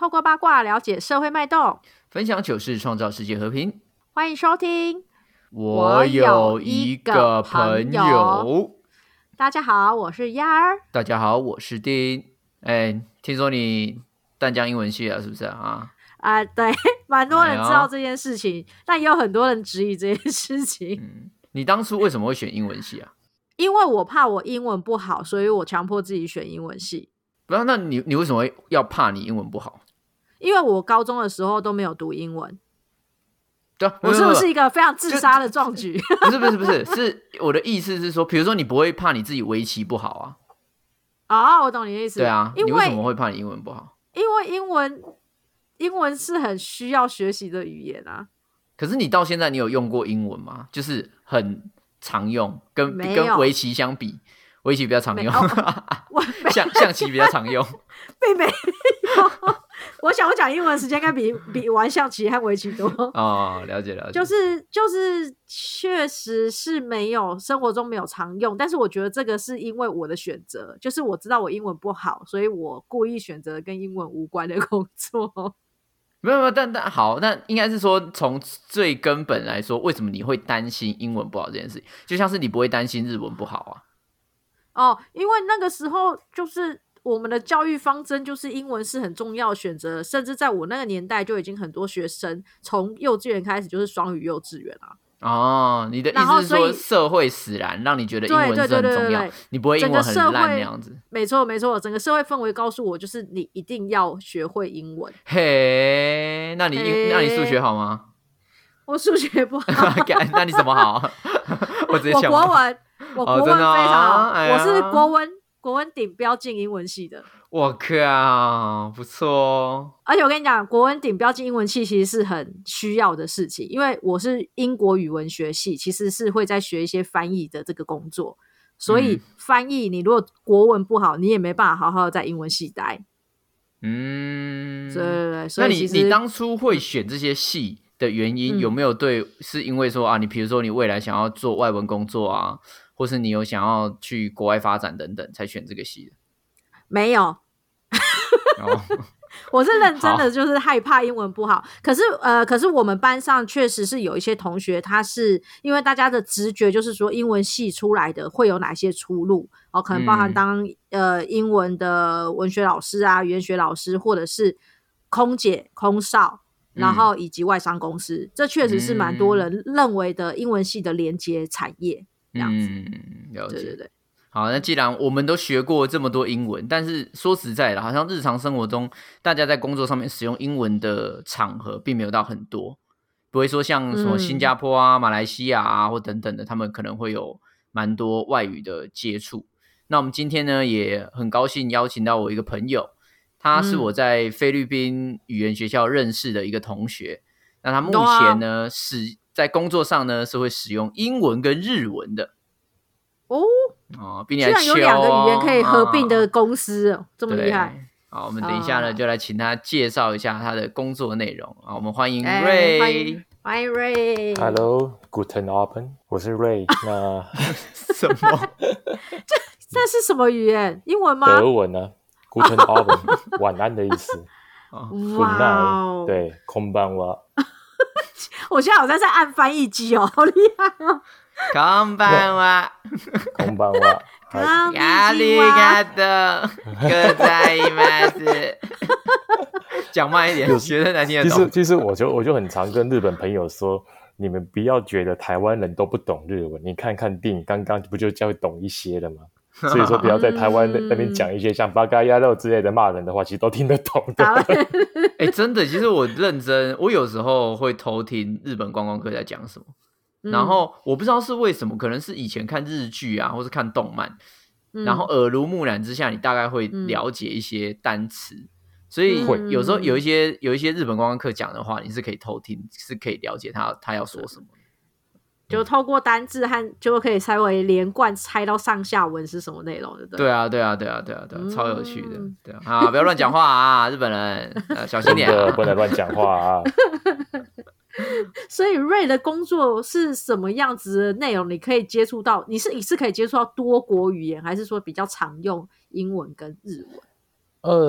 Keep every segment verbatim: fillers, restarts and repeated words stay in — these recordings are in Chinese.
透过八卦了解社会脉动， 分享糗事，创造世界和平。 欢迎收听。 我有一个朋友， 大家好，我是丫儿。 大家好，我是丁。哎，听说你淡江英文系了，是不是啊？ 啊、呃，对，蛮多人知道这件事情，哎、但也有很多人质疑这件事情。 嗯，你当初为什么会选英文系啊？ 因为我怕我英文不好，所以我强迫自己选英文系。 不是，那你你为什么会要怕你英文不好？ 因为我高中的时候都没有读英文。 对啊， 我是不是一个非常自杀的壮举？ 不是不是不是，是我的意思是说，比如说你不会怕你自己围棋不好啊？哦，我懂你的意思。 对啊， 因为你为什么会怕你英文不好？ 因为英文英文是很需要学习的语言啊。 可是你到现在你有用过英文吗？就是很常用，跟跟围棋相比，围棋比较常用，哦、象象棋比较常用， 并没有。我想我讲英文时间应该比比玩象棋和围棋多。 哦，了解了解。 就是就是确实是没有生活中没有常用，但是我觉得这个是因为我的选择，就是我知道我英文不好，所以我故意选择跟英文无关的工作。 没有没有，但但好，那应该是说从最根本来说，为什么你会担心英文不好这件事情？就像是你不会担心日文不好啊。哦，因为那个时候就是我们的教育方针就是英文是很重要的选择，甚至在我那个年代就已经很多学生从幼稚园开始就是双语幼稚园啊。 哦，你的意思是说社会使然让你觉得英文是很重要， 对对对对对， 你不会英文很烂那样子。 没错没错，整个社会氛围告诉我，就是你一定要学会英文。 嘿，那你那你数学好吗？ 我数学不好。 那你什么好？我直接想。 我国文，我国文非常好， 哦哎、 我是国文国文顶标进英文系的。 我靠，不错哦！ 而且我跟你讲，国文顶标进英文系其实是很需要的事情，因为我是英国语文学系，其实是会在学一些翻译的这个工作，所以翻译你如果国文不好，你也没办法好好在英文系待。 嗯， 对对对，所以其实那你你当初会选这些系的原因、嗯、有没有对？是因为说啊，你比如说你未来想要做外文工作啊，或是你有想要去国外发展等等，才选这个系的？ 没有。哦、我是认真的，就是害怕英文不好。可是呃，可是我们班上确实是有一些同学，他是因为大家的直觉就是说，英文系出来的会有哪些出路哦？可能包含当、嗯、呃英文的文学老师啊、语言学老师，或者是空姐、空少，然后以及外商公司。嗯、这确实是蛮多人认为的英文系的连接产业这样子。 嗯，了解。对对对。 好， 那既然我们都学过这么多英文，但是说实在的，好像日常生活中大家在工作上面使用英文的场合并没有到很多，不会说像什么新加坡啊、嗯、马来西亚啊或等等的，他们可能会有蛮多外语的接触。那我们今天呢，也很高兴邀请到我一个朋友，他是我在菲律宾语言学校认识的一个同学。嗯、那他目前呢，是在工作上呢是会使用英文跟日文的。 哦哦，比你还居然有两个语言可以合并的公司、哦、这么厉害！ 好，我们等一下呢、哦、就来请他介绍一下他的工作内容。好，我们欢迎 Ray，、 欸、欢迎欢迎 Ray。Hello，Guten Abend， 我是 Ray。那什么？ 这这是什么语言？英文吗？ 德文啊 ，Guten Abend， 晚安的意思。 哇哦， 对，空班哇。 我现在好像在按翻译机哦，好厉害哦！ こんばんは。 こんばんは。 ありがとうございます。讲慢一点，学得难听得懂。 其实，其实我就我就很常跟日本朋友说，你们不要觉得台湾人都不懂日文，你看看电影，刚刚不就叫懂一些了吗？所以说，不要在台湾那边讲一些像八嘎鸭肉之类的骂人的话，其实都听得懂的。 哎、欸，真的，其实我认真，我有时候会偷听日本观光客在讲什么。然后我不知道是为什么，可能是以前看日剧啊，或是看动漫，嗯、然后耳濡目染之下，你大概会了解一些单词，嗯、所以有时候有一些有一些日本观光客讲的话，你是可以偷听，是可以了解他他要说什么， 就透过单字和就可以稍微连贯猜到上下文是什么内容的。对啊，对啊，对啊，对啊，对啊，超有趣的。对啊，啊，不要乱讲话啊，日本人，呃、小心点、啊， 不能乱讲话啊。 所以 Ray 的工作是什么样子的内容？你可以接触到，你是你是可以接触到多国语言，还是说比较常用英文跟日文？ 呃，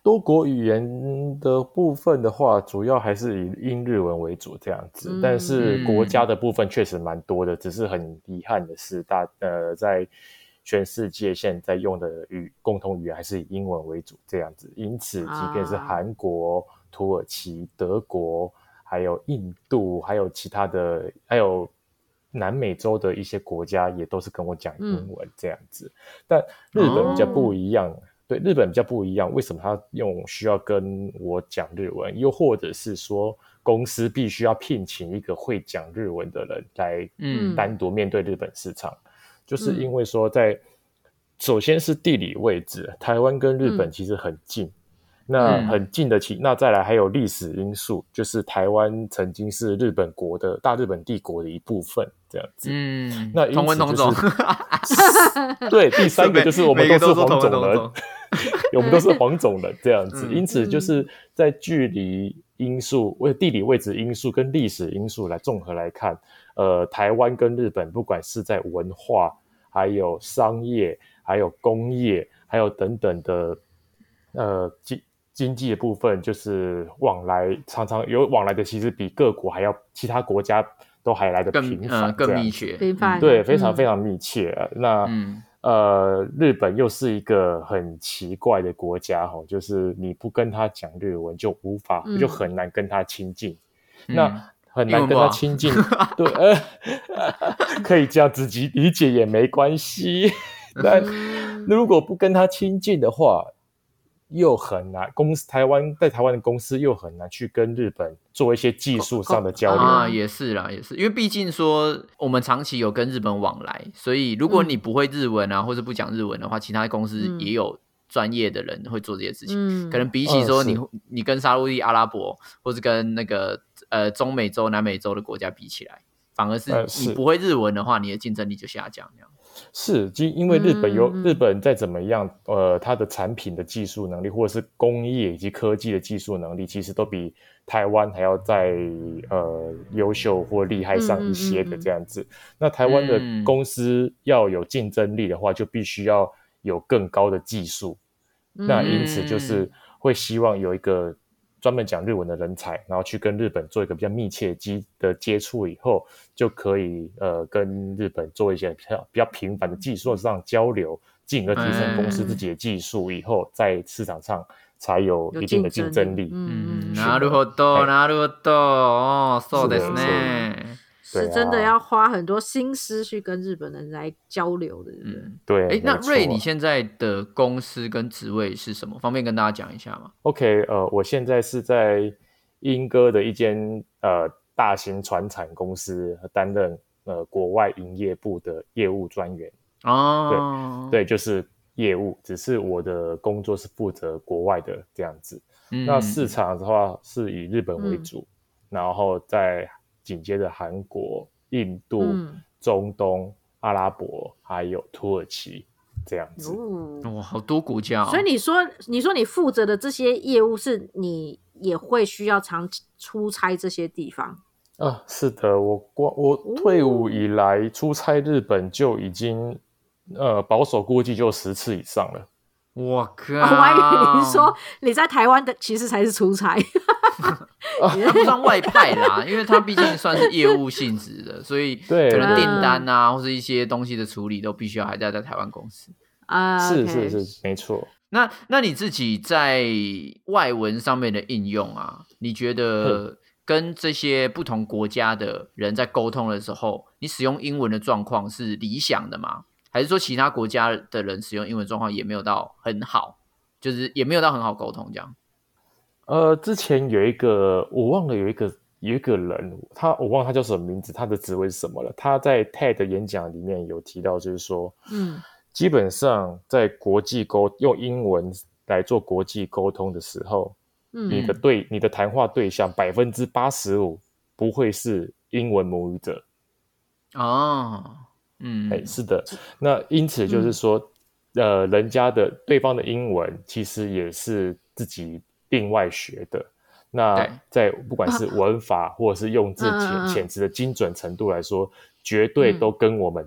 多国语言的部分的话，主要还是以英日文为主这样子，嗯、但是国家的部分确实蛮多的，只是很遗憾的是大呃在全世界现在用的语共同语言还是以英文为主这样子，因此即便是韩国、啊、土耳其、德国，还有印度，还有其他的，还有南美洲的一些国家也都是跟我讲英文这样子，嗯、但日本比较不一样。哦，对，日本比较不一样，为什么他用需要跟我讲日文，又或者是说公司必须要聘请一个会讲日文的人来单独面对日本市场，嗯、就是因为说在、嗯、首先是地理位置，台湾跟日本其实很近，嗯、那很近的其那再来还有历史因素，就是台湾曾经是日本国的大日本帝国的一部分这样子， 嗯， 那因此、就是、 同文同种对，第三个就是我们都是黄种人我们都是黄种人这样子，嗯、因此就是在距离因素、为地理位置因素跟历史因素来综合来看，呃，台湾跟日本不管是在文化、还有商业、还有工业、还有等等的呃经经济的部分，就是往来常常有往来的，其实比各国还要其他国家都还来得频繁，更、呃、 更密切， 频繁， 对，非常非常密切。嗯、那。嗯呃，日本又是一个很奇怪的国家，就是你不跟他讲日文就无法、嗯、就很难跟他亲近、嗯、那很难跟他亲近对、呃、可以这样自己理解也没关系但如果不跟他亲近的话又很难，公司台湾在台湾的公司又很难去跟日本做一些技术上的交流啊，也是啦，也是，因为毕竟说我们长期有跟日本往来，所以如果你不会日文啊，嗯、或者不讲日文的话，其他公司也有专业的人会做这些事情。嗯、可能比起说你、嗯、你跟沙烏地阿拉伯，或是跟那个呃中美洲、南美洲的国家比起来，反而是你不会日文的话，你的竞争力就下降这样。 是，因为日本有、嗯、日本再怎么样，呃，它的产品的技术能力，或者是工业以及科技的技术能力，其实都比台湾还要再呃优秀或厉害上一些的这样子。嗯嗯嗯嗯那台湾的公司要有竞争力的话，就必须要有更高的技术。嗯、那因此就是会希望有一个专门讲日文的人才，然后去跟日本做一个比较密切的接触以后，就可以呃跟日本做一些比较比较频繁的技术上交流，进而提升公司自己的技术，以后在市场上才有一定的竞争力。 嗯，なるほど、なるほど。哦，そうですね。 是真的要花很多心思去跟日本人来交流的，对不对？ 嗯、对。 哎，那Ray，你现在的公司跟职位是什么？方便跟大家讲一下吗 ？OK， 呃，我现在是在英歌的一间呃大型传产公司担任呃国外营业部的业务专员。哦，对，对，就是业务，只是我的工作是负责国外的这样子。嗯、那市场的话是以日本为主，嗯、然后在。紧接着韩国、印度、嗯、中东、阿拉伯还有土耳其这样子。 哇、哦，好多国家、哦！ 所以你说，你说你负责的这些业务，是你也会需要常出差这些地方啊？是的，我我退伍以来、哦、出差日本就已经呃保守估计就十次以上了。 我靠！ 我还以为你说你在台湾的其实才是出差。 它不算外派啦，因为它毕竟算是业务性质的，所以可能订单啊，或是一些东西的处理都必须要还在在台湾公司啊。 是 okay. 是是，没错。 那那你自己在外文上面的应用啊，你觉得跟这些不同国家的人在沟通的时候，你使用英文的状况是理想的吗？还是说其他国家的人使用英文状况也没有到很好，就是也没有到很好沟通这样？ 呃，之前有一个我忘了有一个有一个人，他我忘了他叫什么名字，他的职位是什么了？他在 T E D 演讲里面有提到，就是说，嗯，基本上在国际沟用英文来做国际沟通的时候，嗯，你的对你的谈话对象百分之八十五不会是英文母语者。 哦，嗯， 哎，是的，那因此就是说，嗯、呃，人家的对方的英文其实也是自己另外学的，那在不管是文法或者是用字遣词的精准程度来说，绝对都跟我们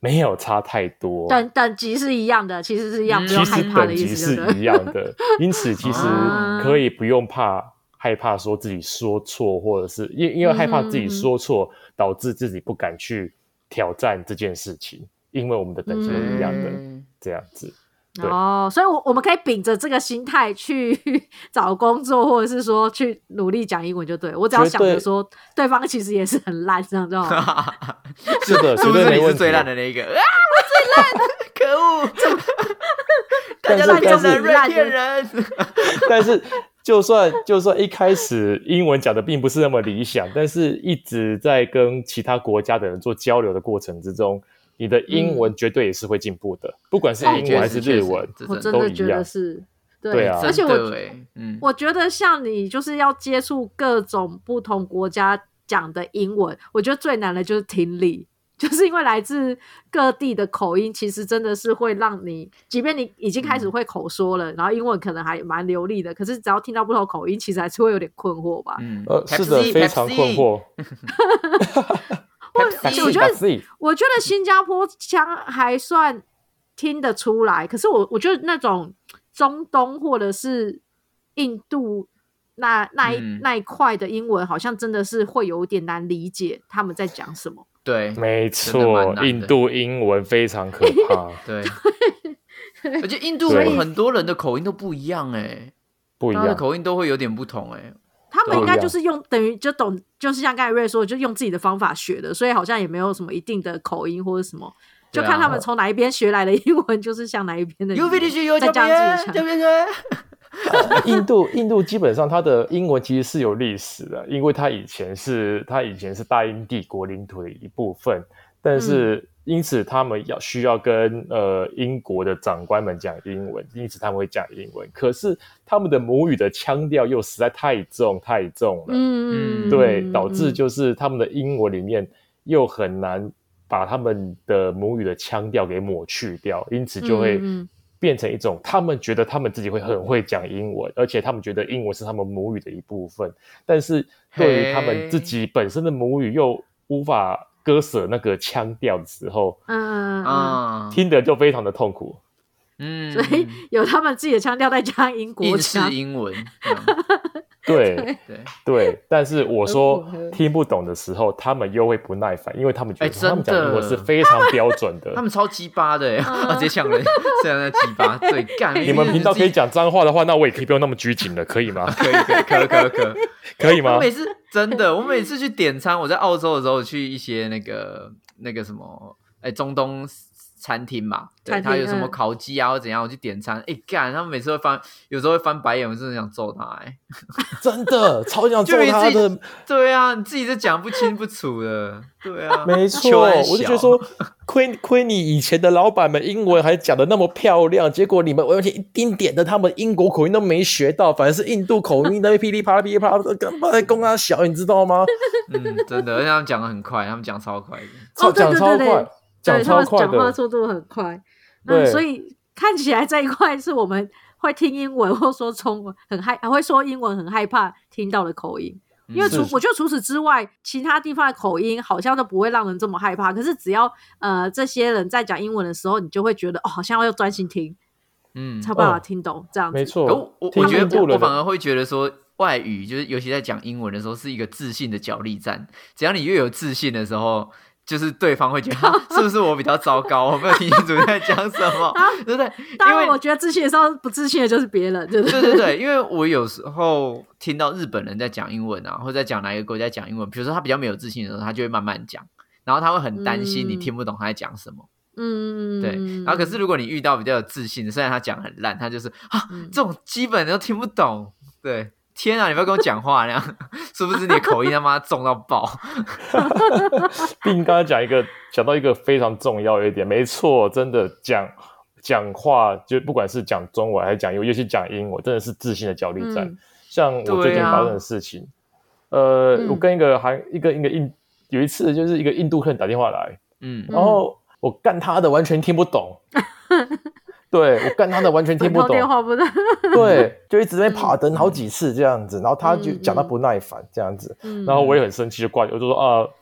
没有差太多， 等等级是一样的，其实是一样，嗯、不用害怕的意思。 其实等级是一样的，因此其实可以不用怕害怕说自己说错，或者是因因为害怕自己说错、嗯、导致自己不敢去挑战这件事情，因为我们的等级是一样的、嗯、这样子。 哦，所以我我们可以秉着这个心态去找工作，或者是说去努力讲英文就对。我只要想着说对方其实也是很烂，这样就好。 是的， 是不是你是最烂的那一个啊？我最烂，可恶！大家都讲的人骗人。 但是就算就算一开始英文讲的并不是那么理想，但是一直在跟其他国家的人做交流的过程之中，你的英文绝对也是会进步的、嗯、不管是英文还是日文、 嗯、我真的觉得是 对, 对啊， 而且我、 嗯、 我觉得像你就是要接触各种不同国家讲的英文，我觉得最难的就是听力，就是因为来自各地的口音其实真的是会让你即便你已经开始会口说了、嗯、然后英文可能还蛮流利的，可是只要听到不同口音其实还是会有点困惑吧、 嗯呃、是的，非常困惑我, 我觉得我觉得新加坡腔还算听得出来，可是我我觉得那种中东或者是印度那那一、嗯、那一块的英文好像真的是会有点难理解他们在讲什么。 对， 没错，印度英文非常可怕。 对，而且印度很多人的口音都不一样哎、欸， 不一样， 他的口音都会有点不同哎、欸。 他们应该就是用等于就懂，就是像刚才瑞说的，就用自己的方法学的，所以好像也没有什么一定的口音或者什么，就看他们从哪一边学来的英文，就是像哪一边的。再加上自己的印度印度基本上它的英文其实是有历史的，因为它以前是它以前是大英帝国领土的一部分，但是、嗯、因此他们要需要跟呃英国的长官们讲英文，因此他们会讲英文，可是他们的母语的腔调又实在太重太重了， 嗯， 对，导致就是他们的英文里面又很难把他们的母语的腔调给抹去掉，因此就会变成一种他们觉得他们自己会很会讲英文，而且他们觉得英文是他们母语的一部分，但是对于他们自己本身的母语又无法割舍那个腔调的时候， 嗯嗯，听得就非常的痛苦。 嗯，所以有他们自己的腔调再加上英国腔， 英式英文。 对对对，但是我说听不懂的时候，他们又会不耐烦，因为他们觉得他们讲英文是非常标准的， 他们超鸡巴的耶，直接呛人，这样在鸡巴，对干。 你们频道可以讲脏话的话，那我也可以不用那么拘谨了，可以吗？ 可以可以可可可可以吗？ 我每次真的，我每次去点餐，我在澳洲的时候去一些那个那个什么，哎，中东餐厅嘛，对，他有什么烤鸡啊或怎样，我去点餐，哎干，他们每次会翻，有时候会翻白眼，我真的想揍他，哎， 真的超想揍他的。 对啊，你自己在讲不清不楚的，对啊， 没错，我就觉得说，亏亏你以前的老板们英文还讲得那么漂亮，结果你们完全一丁点的他们英国口音都没学到，反而是印度口音在噼里啪啦噼里啪啦干嘛在供他小，你知道吗？ 嗯，真的，而且他们讲得很快，他们讲超快的， 超讲超快。 对，他们讲话速度很快，嗯，所以看起来这一块是我们会听英文或说中文很害，还会说英文很害怕听到的口音，因为除我觉得除此之外，其他地方的口音好像都不会让人这么害怕。可是只要呃这些人在讲英文的时候，你就会觉得哦，好像要专心听，嗯，才有办法听懂、嗯、这样子。 没错， 我我觉得我反而会觉得说。外语就是尤其在讲英文的时候是一个自信的角力战，只要你越有自信的时候，就是对方会觉得是不是我比较糟糕，我没有听清楚你在讲什么，对不对？ 当然我觉得自信的时候不自信的就是别人，对不对？ 对对对，因为我有时候听到日本人在讲英文啊，或者在讲哪一个国家讲英文，比如说他比较没有自信的时候，他就会慢慢讲，然后他会很担心你听不懂他在讲什么。嗯，对。然后可是如果你遇到比较有自信的，虽然他讲很烂，他就是啊，这种基本的都听不懂，对。天啊，你不要跟我讲话那样，是不是你的口音他妈重到爆？ 并刚才讲一个讲到一个非常重要的一点，没错，真的讲讲话，就不管是讲中文还是讲英文，尤其讲英文，真的是自信的角力战。嗯、像我最近发生的事情，啊、呃、嗯，我跟一个韩一个一个印有一次就是一个印度客人打电话来，嗯，然后我干他的完全听不懂。对，我干他的完全听不懂， 电话不懂， 对，就一直在爬等好几次这样子，然后他就讲到不耐烦这样子，嗯、然后我也很生气就挂掉，我就说啊，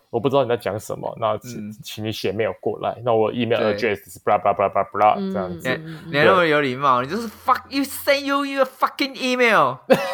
我不知道你在讲什么，那请、嗯、请你写 mail 过来，那我 email address 是 blah blah blah blah blah、嗯、这样子。 你还那么有礼貌，你就是 fuck you send you your fucking email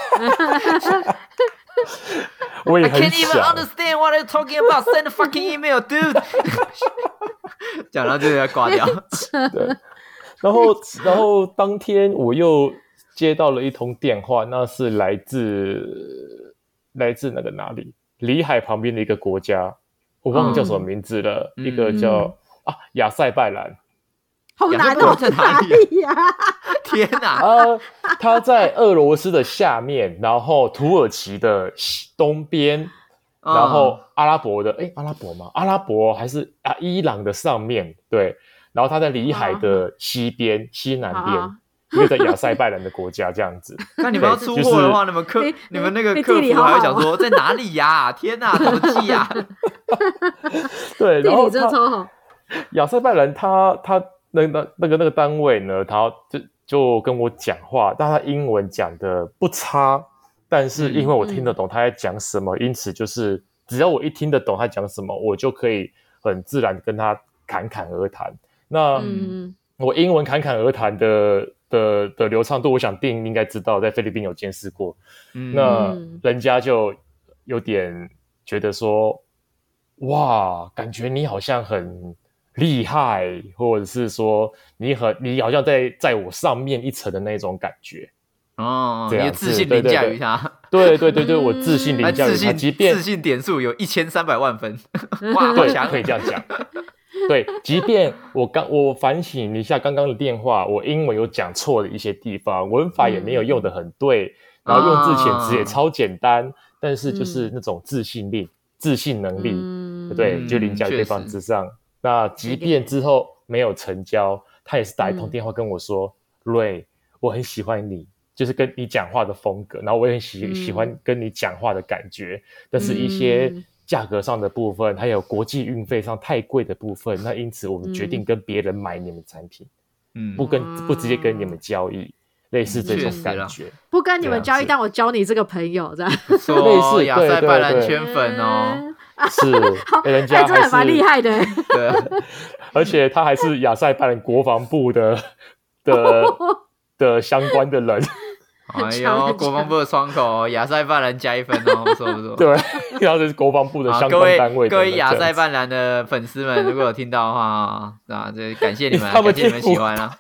我也很想 I can't even understand what you're talking about send a fucking email dude 讲到这个要挂掉对，然后然后当天我又接到了一通电话，那是来自来自那个哪里里海旁边的一个国家，我忘了叫什么名字了、嗯、一个叫、嗯、啊亚塞拜然。 好难哦，在哪里呀、啊？ 天哪！ 呃，它在俄罗斯的下面，然后土耳其的东边，然后阿拉伯的，哎，阿拉伯吗？阿拉伯还是啊伊朗的上面，对。然后它在里海的西边、啊、西南边，啊、因为在亚塞拜然的国家这样子。 那你们要出货的话，你们客、你, 你们那个客服还会想说在哪里呀、啊？天哪，怎么记呀、啊？ 对，然后地理真的超好。 亚塞拜然他他。那那那个那个单位呢，他就就跟我讲话，但他英文讲的不差，但是因为我听得懂他在讲什么、嗯、因此就是只要我一听得懂他讲什么，我就可以很自然跟他侃侃而谈。那、嗯、我英文侃侃而谈的的的流畅度，我想定应该知道，在菲律宾有见识过、嗯、那人家就有点觉得说，哇，感觉你好像很厉害，或者是说你很你好像在在我上面一层的那种感觉哦，你的自信凌驾于他， 对对对 对, 对, 对我自信凌驾于他，即便自信点数有一千三百万分，哇， 对，可以这样讲。对，即便我刚我反省一下刚刚的电话，我英文有讲错的一些地方，文法也没有用得很对，嗯、然后用字遣词也超简单，嗯、但是就是那种自信力、嗯、自信能力，嗯、对，就凌驾于对方之上。那即便之后没有成交，他也是打一通电话跟我说、嗯、瑞，我很喜欢你，就是跟你讲话的风格，然后我也很 喜,、嗯、喜欢跟你讲话的感觉，但是一些价格上的部分、嗯、还有国际运费上太贵的部分，那因此我们决定跟别人买你们产品、嗯、不跟不直接跟你们交易、嗯、类似这种感觉， 不跟你们交易，但我交你这个朋友这样类似亚塞拜然圈粉哦， 是，欸、人家还是、欸、 这还蛮厉害的， 对， 而且他还是亚塞拜然国防部的的的相关的人。 哎呦，国防部的窗口，亚塞拜然加一分哦，不错不错。 对，然后这是国防部的相关单位的。 各位各位亚塞拜然的粉丝们，如果有听到的话，啊，这感谢你们，感谢你们喜欢啊。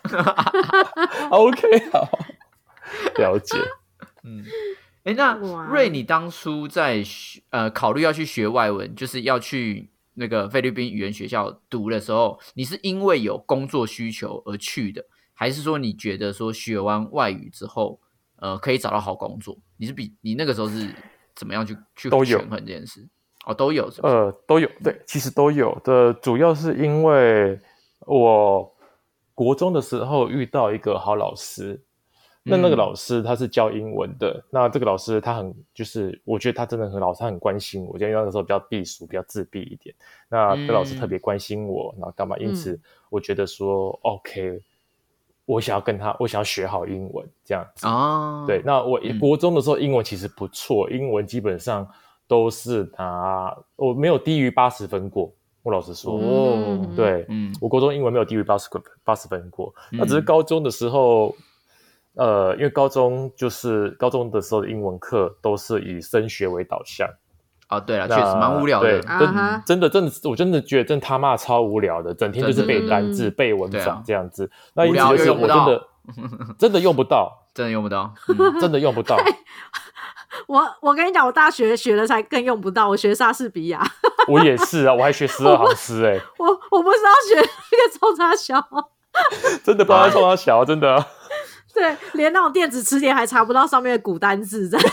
OK， 好，了解。 嗯。哎，那瑞，你当初在呃考虑要去学外文，就是要去那个菲律宾语言学校读的时候，你是因为有工作需求而去的，还是说你觉得说学完外语之后，呃，可以找到好工作？你是比你那个时候是怎么样去去权衡这件事？哦，都有是不是？ 呃，都有，对，其实都有的，主要是因为我国中的时候遇到一个好老师。那那个老师他是教英文的、嗯、那这个老师他很就是我觉得他真的很好，他很关心我，因为那个时候比较避暑比较自闭一点，那这个老师特别关心我，然后干嘛，因此我觉得说、嗯、OK 我想要跟他我想要学好英文这样子、哦、对，那我国中的时候英文其实不错、嗯、英文基本上都是拿我没有低于八十分过，我老实说哦，对、嗯、我国中英文没有低于八十分过、嗯、那只是高中的时候呃，因为高中就是高中的时候的英文课都是以升学为导向啊、哦，对了，确实蛮无聊的， 对，uh-huh. 真的真的，我真的觉得真的他妈超无聊的，整天就是背单字、背文法这样子，那因此就是我真的真的用不到， 真的用不到， 嗯、真的用不到。 我我跟你讲，我大学学了才更用不到，我学莎士比亚， 我也是啊，我还学十二行诗哎、欸， 我我不是要学那个冲沙小， 真的不知道冲沙小，真的、啊。 对，连那种电子词典还查不到上面的古单字，这样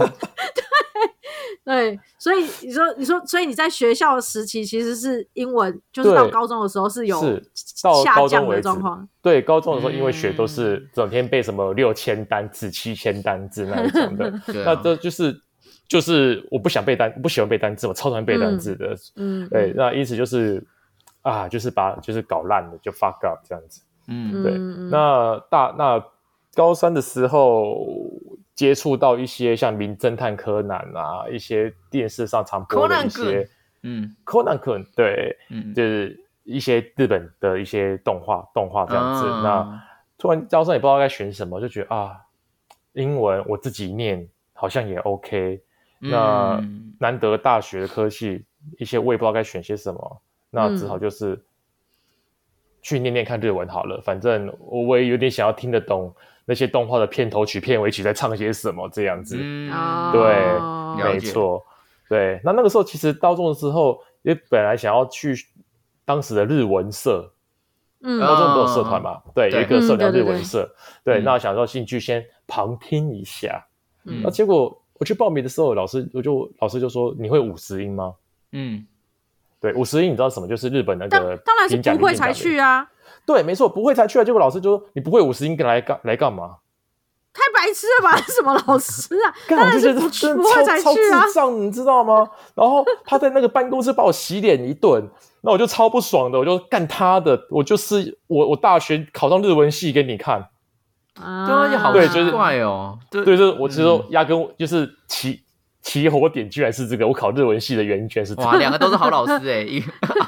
对对，所以你说你说，所以你在学校的时期其实是英文，就是到高中的时候是有下降的状况。 对，高中的时候因为学都是整天背什么六千单字、七千单字那一种的，那这就是就是我不想背单，不喜欢背单字，我超讨厌背单字的。嗯，对，那因此就是啊，就是把就是搞烂了，就 fuck up 这样子。嗯，对，那大那。高三的时候接触到一些像名侦探柯南啊，一些电视上常播的一些嗯 Conan 对， 嗯， 就是一些日本的一些动画动画这样子。 哦、 那突然招生也不知道该选什么，就觉得啊，英文我自己念好像也 OK。那嗯、 难得大学的科系，一些我也不知道该选些什么，那只好就是去念念看日文好了。反正我也有点想要听得懂那些动画的片头曲、片尾曲在唱些什么这样子。 嗯， 对，没错。 错。对，那那个时候其实高中的时候也本来想要去当时的日文社，嗯，高中都有社团嘛，嗯、对，有一个社叫日文社，嗯、对, 对, 对，那想说兴趣先旁听一下，嗯，那结果我去报名的时候，老师我就老师就说你会五十音吗？嗯，对，五十音你知道什么？就是日本那个当然是不会才去啊， 对，没错，不会才去啊。结果老师就说你不会五十音来干来干嘛？ 太白痴了吧！什么老师啊？当然是不会才去啊， 超智障，你知道吗？然后他在那个办公室把我洗脸一顿，那我就超不爽的，我就干他的，我就是我，我大学考上日文系给你看啊，对，好奇怪哦， 对，对，就是我其实压根就是起起火点居然是这个，我考日文系的原因居然是这个， 哇，两个都是好老师哎、欸。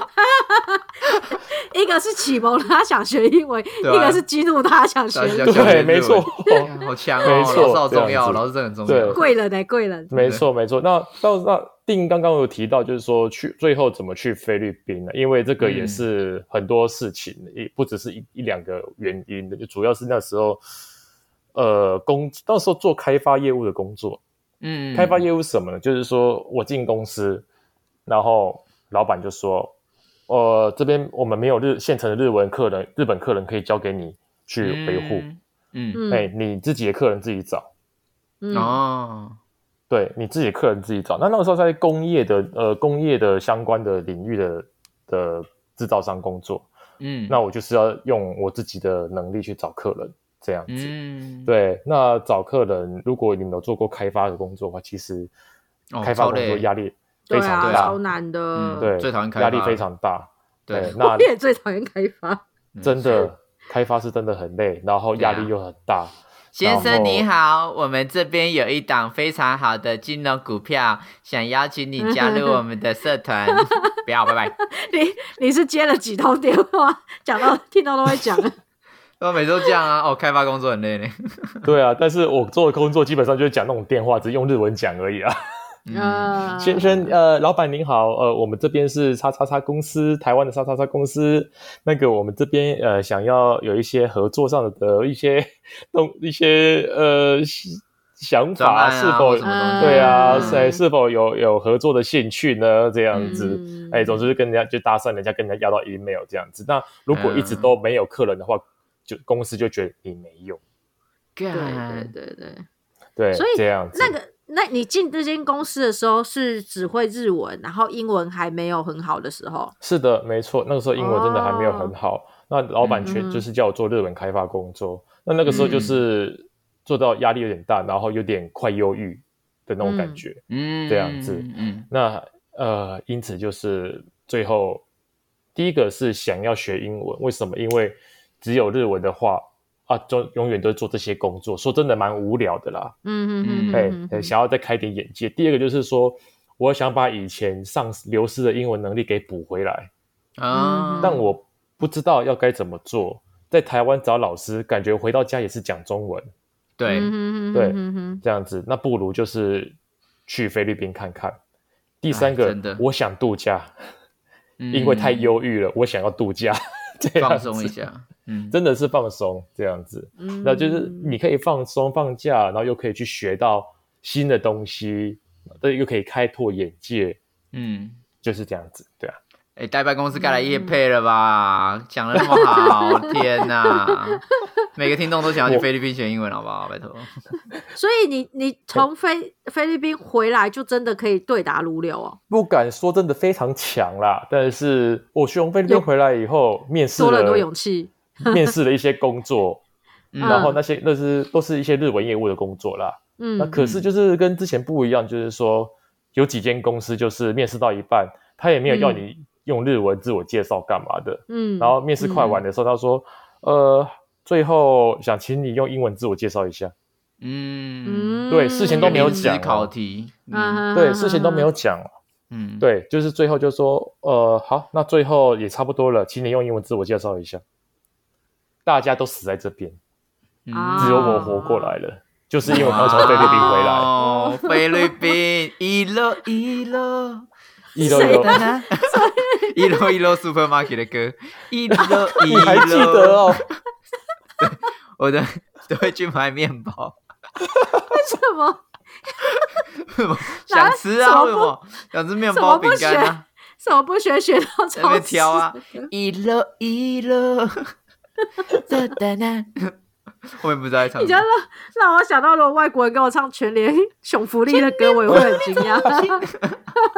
一个是启蒙他想学英文，啊、一个是激怒他想学日文。 对，没错， 好强哦，老师好重要，老师真的很重要。 贵人呢，贵人。 没错，没错。那到那定刚刚有提到，就是说去最后怎么去菲律宾呢？因为这个也是很多事情，也、嗯、不只是一一两个原因的，就主要是那时候，呃，工那时候做开发业务的工作。嗯，开发业务是什么呢？就是说我进公司，然后老板就说。呃，这边我们没有日现成的日文客人，日本客人可以交给你去维护。嗯，嗯，哎、欸，你自己的客人自己找。嗯，哦，对，你自己的客人自己找。那那个时候在工业的呃工业的相关的领域的的制造商工作。嗯，那我就是要用我自己的能力去找客人，这样子。嗯，对，那找客人，如果你们有做过开发的工作的话，其实开发工作压力。非常大， 对啊，超难的。 嗯、 对， 最讨厌开发， 压力非常大。 对， 对那我也最讨厌开发。 真的，开发是真的很累，然后压力又很大。 先生你好，我们这边有一档非常好的金融股票，想邀请你加入我们的社团。不要，拜拜。 你你是接了几通电话，讲到听到都会讲。 我每次都这样啊，哦，开发工作很累呢。 对啊，但是我做的工作基本上就是讲那种电话，只是用日文讲而已啊。嗯，先生，呃，老板您好，呃，我们这边是叉叉叉公司，台湾的叉叉叉公司，那个我们这边呃想要有一些合作上的一些弄一些呃想法，啊、是否对啊，是是否有有合作的兴趣呢？这样子，哎、嗯，总之跟人家就搭讪人家，跟人家要到 email 这样子。那如果一直都没有客人的话，就公司就觉得你没用。 对对对对对， 所以这样子那个。那你进这间公司的时候是只会日文，然后英文还没有很好的时候？ 是的，没错，那个时候英文真的还没有很好。哦、那老板全就是叫我做日文开发工作，嗯、那那个时候就是做到压力有点大，然后有点快忧郁的那种感觉，嗯，这样子。嗯，那呃，因此就是最后第一个是想要学英文，为什么？因为只有日文的话。啊，就永远都做这些工作，说真的蛮无聊的啦。嗯嗯嗯，哎，想要再开点眼界。第二个就是说，我想把以前丧流失的英文能力给补回来啊，但我不知道要该怎么做。在台湾找老师，感觉回到家也是讲中文。 对对，这样子，那不如就是去菲律宾看看。第三个，我想度假，因为太忧郁了，我想要度假， 放松一下。 嗯，真的是放松这样子，嗯，那就是你可以放松放假，然后又可以去学到新的东西，又可以开拓眼界，嗯，就是这样子，对啊。 哎、欸，代办公司该来业配了吧？讲、嗯、得那么好，天哪！每个听众都想要去菲律宾学英文，好不好？拜托。 所以你你从菲菲律宾回来，就真的可以对答如流哦？ 不敢说真的非常强啦，但是我从菲律宾回来以后，面试了多了很多勇气。 面试了一些工作，嗯、然后那些那是都是一些日文业务的工作啦。嗯，那可是就是跟之前不一样，就是说有几间公司就是面试到一半，他也没有要你用日文自我介绍干嘛的。嗯，然后面试快完的时候，他说：“嗯、呃，最后想请你用英文自我介绍一下。”嗯，对，事前都没有讲、哦。 考题。 嗯，对，事前都没有讲、哦。 嗯， 对，就是最后就说，呃，好，那最后也差不多了，请你用英文自我介绍一下。大家都死在这边， 嗯只有我活过来了，就是因为我刚从菲律宾回来。 哦，菲律宾，一楼一楼， 一楼一楼， 一楼一楼 Supermarket 的歌，一楼一楼， 你还记得哦？ 对，我的都会去买面包。 为什么？ 想吃啊？为什么想吃面包饼干啊？ 什么不学学到在那边挑啊？一楼一楼，哒哒哒。我也不知道在唱什么。 你就让让我想到，如果外国人跟我唱全联熊福利的歌，我也会很惊讶。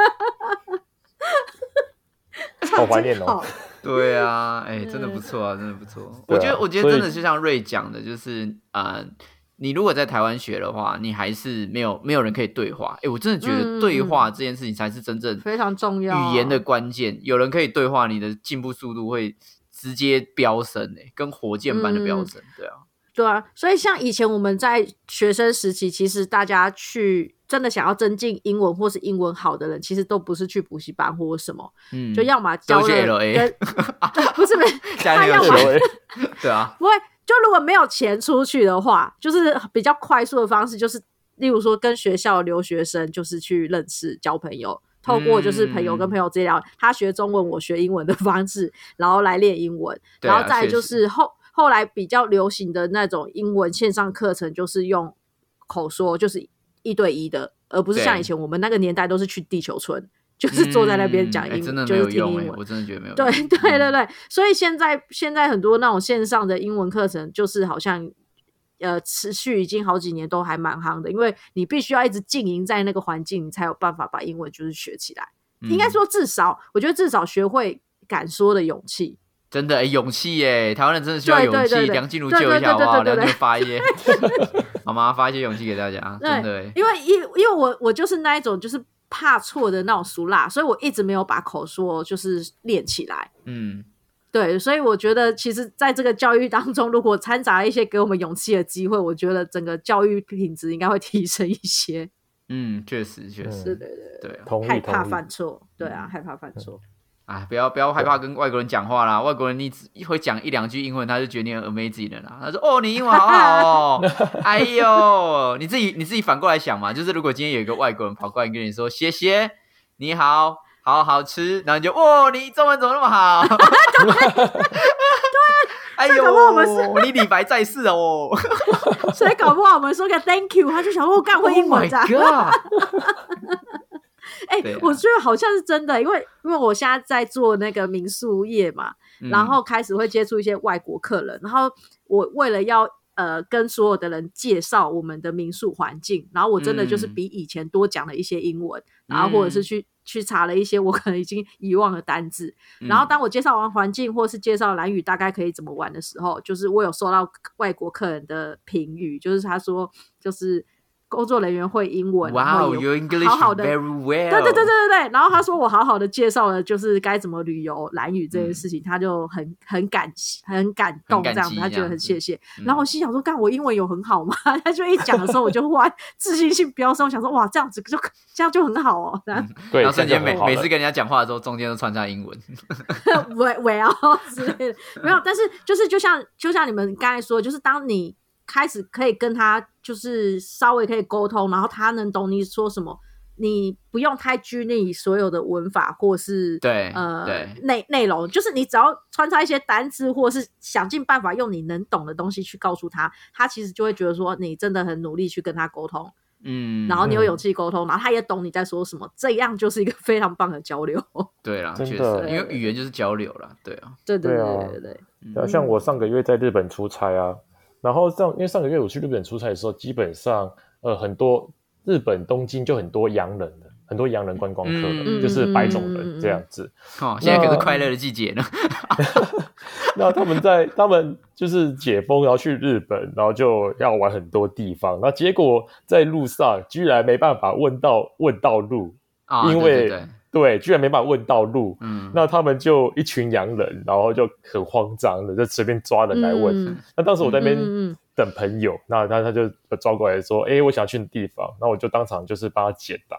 好怀念哦。 对啊，哎、欸，真的不错啊，真的不错。啊、我觉得，我觉得真的就像瑞讲的，就是呃，你如果在台湾学的话，你还是没有没有人可以对话。哎、欸，我真的觉得对话这件事情才是真正非常重要， 语言的关键。有人可以对话，你的进步速度会直接飙升，哎，跟火箭般的飙升。嗯、对啊。 对啊，所以像以前我们在学生时期，其实大家去真的想要增进英文或是英文好的人，其实都不是去补习班或什么，嗯，就要么教了 L A， 不是不是， 他要么对啊， 不会，就如果没有钱出去的话，就是比较快速的方式，就是例如说跟学校的留学生就是去认识交朋友。透过就是朋友跟朋友之间聊、嗯、他学中文我学英文的方式，然后来练英文、啊、然后再来就是后后来比较流行的那种英文线上课程，就是用口说，就是一对一的，而不是像以前我们那个年代都是去地球村，就是坐在那边讲英文、嗯欸、 真的没有用、欸、我真的觉得没有用。 对对对对、嗯、所以现在现在很多那种线上的英文课程就是好像呃，持续已经好几年都还蛮夯的，因为你必须要一直浸淫在那个环境，你才有办法把英文就是学起来、嗯、应该说至少我觉得至少学会敢说的勇气。 真的、欸、勇气耶，台湾人真的需要勇气。梁静茹救一下好不好？梁静茹发一些好吗？发一些勇气给大家，真的耶。 因为因因为我我就是那一种就是怕错的那种俗辣，所以我一直没有把口说就是练起来。嗯，对，所以我觉得其实在这个教育当中，如果掺杂一些给我们勇气的机会，我觉得整个教育品质应该会提升一些。 嗯，确实确实， 对对对对、 啊， 害怕犯错，对啊，害怕犯错。 哎，不要不要害怕跟外国人讲话啦！外国人你只会讲一两句英文，他就觉得你很 amazing 的啦。他说：“哦，你英文好好哦。”哎呦，你自己你自己反过来想嘛，就是如果今天有一个外国人跑过来跟你说：“谢谢，你好，好好吃。”然后你就：“哦，你中文怎么那么好？”对，哎呦，你李白在世哦。 所以搞不好我们说个 thank you， 他就想说我干会英文这样。 Oh my god！ 哎、欸啊，我觉得好像是真的，因为因为我现在在做那个民宿业嘛、嗯，然后开始会接触一些外国客人，然后我为了要呃跟所有的人介绍我们的民宿环境，然后我真的就是比以前多讲了一些英文，嗯、然后或者是去去查了一些我可能已经遗忘的单字、嗯，然后当我介绍完环境或是介绍兰屿大概可以怎么玩的时候，就是我有收到外国客人的评语，就是他说就是工作人员会英文， Wow, your English 好好的 very well。 对对对对对对，然后他说我好好的介绍了就是该怎么旅游兰屿这件事情、嗯、他就很很感很感动这样子，他觉得很谢谢、嗯、然后我心想说干我英文有很好吗？他就一讲的时候我就忽然自信心飙升，我想说哇这样子就这样就很好哦、嗯、 对， 然后瞬间每每次跟人家讲话的时候中间都穿插英文喂喂啊之类的没有，但是就是就像就像你们刚才说，就是当你开始可以跟他就是稍微可以沟通，然后他能懂你说什么，你不用太拘泥所有的文法或是对呃对内内容，就是你只要穿插一些单字，或是想尽办法用你能懂的东西去告诉他，他其实就会觉得说你真的很努力去跟他沟通，嗯，然后你有勇气沟通、嗯，然后他也懂你在说什么，这样就是一个非常棒的交流。 对啦，确实，因为语言就是交流啦，对啊， 对对对对对对、 嗯啊。像我上个月在日本出差啊。然后上，因为上个月我去日本出差的时候，基本上呃很多日本东京就很多洋人的，很多洋人观光客的、嗯，就是白种人这样子。 哦，现在可是快乐的季节呢。 那他们在他们就是解封，然后去日本，然后就要玩很多地方，然后结果在路上居然没办法问到问到路， 哦、 因为。 对对对对，居然没办法问到路，嗯，那他们就一群洋人，然后就很慌张的，就随便抓人来问。嗯、那当时我在那边等朋友，嗯、那他他就抓过来说：“哎、欸，我想去的地方。”那我就当场就是帮他解答了。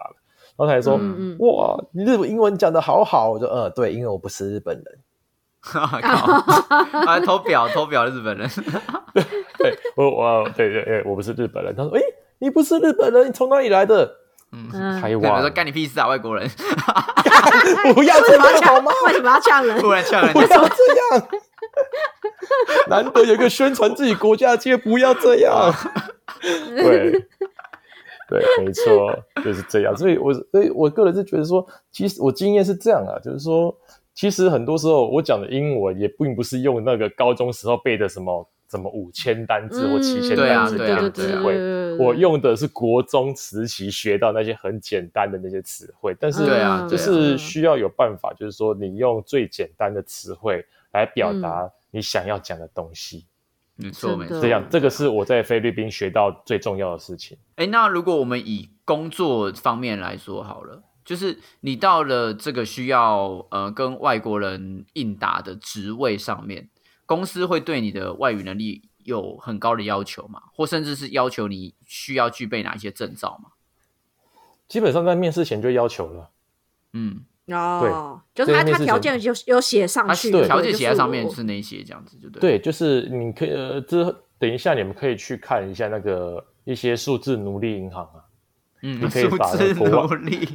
然后他还说、 嗯、 哇你日本英文讲得好好，我就呃对，因为我不是日本人。 啊，投表投表日本人。 对对，我我对对对，我不是日本人。他说：“哎、欸，你不是日本人，你从哪里来的？”嗯，台湾。 说干你屁事啊，外国人！ 不要这样好吗？ 为什么要呛人？ 不然呛人， 不要这样。难得有一个宣传自己国家的机会，不要这样。对对，没错，就是这样。所以我所以我个人是觉得说，其实我经验是这样啊，就是说。其实很多时候我讲的英文也并不是用那个高中时候背的什么什么五千单字或七千单字这样的词汇、嗯、我用的是国中时期学到那些很简单的那些词汇，但是就是需要有办法，就是说你用最简单的词汇来表达你想要讲的东西。 没错没错， 这样这个是我在菲律宾学到最重要的事情。 诶，那如果我们以工作方面来说好了，就是你到了这个需要呃跟外国人应答的职位上面，公司会对你的外语能力有很高的要求吗？或甚至是要求你需要具备哪一些证照吗？ 基本上在面试前就要求了。 嗯， 哦，对，就是他他条件有有写上去， 对，条件写在上面是那些这样子，就对。 对，就是你可以呃，这等一下你们可以去看一下那个一些数字奴隶银行啊。 嗯， 你可以把那个奴隶，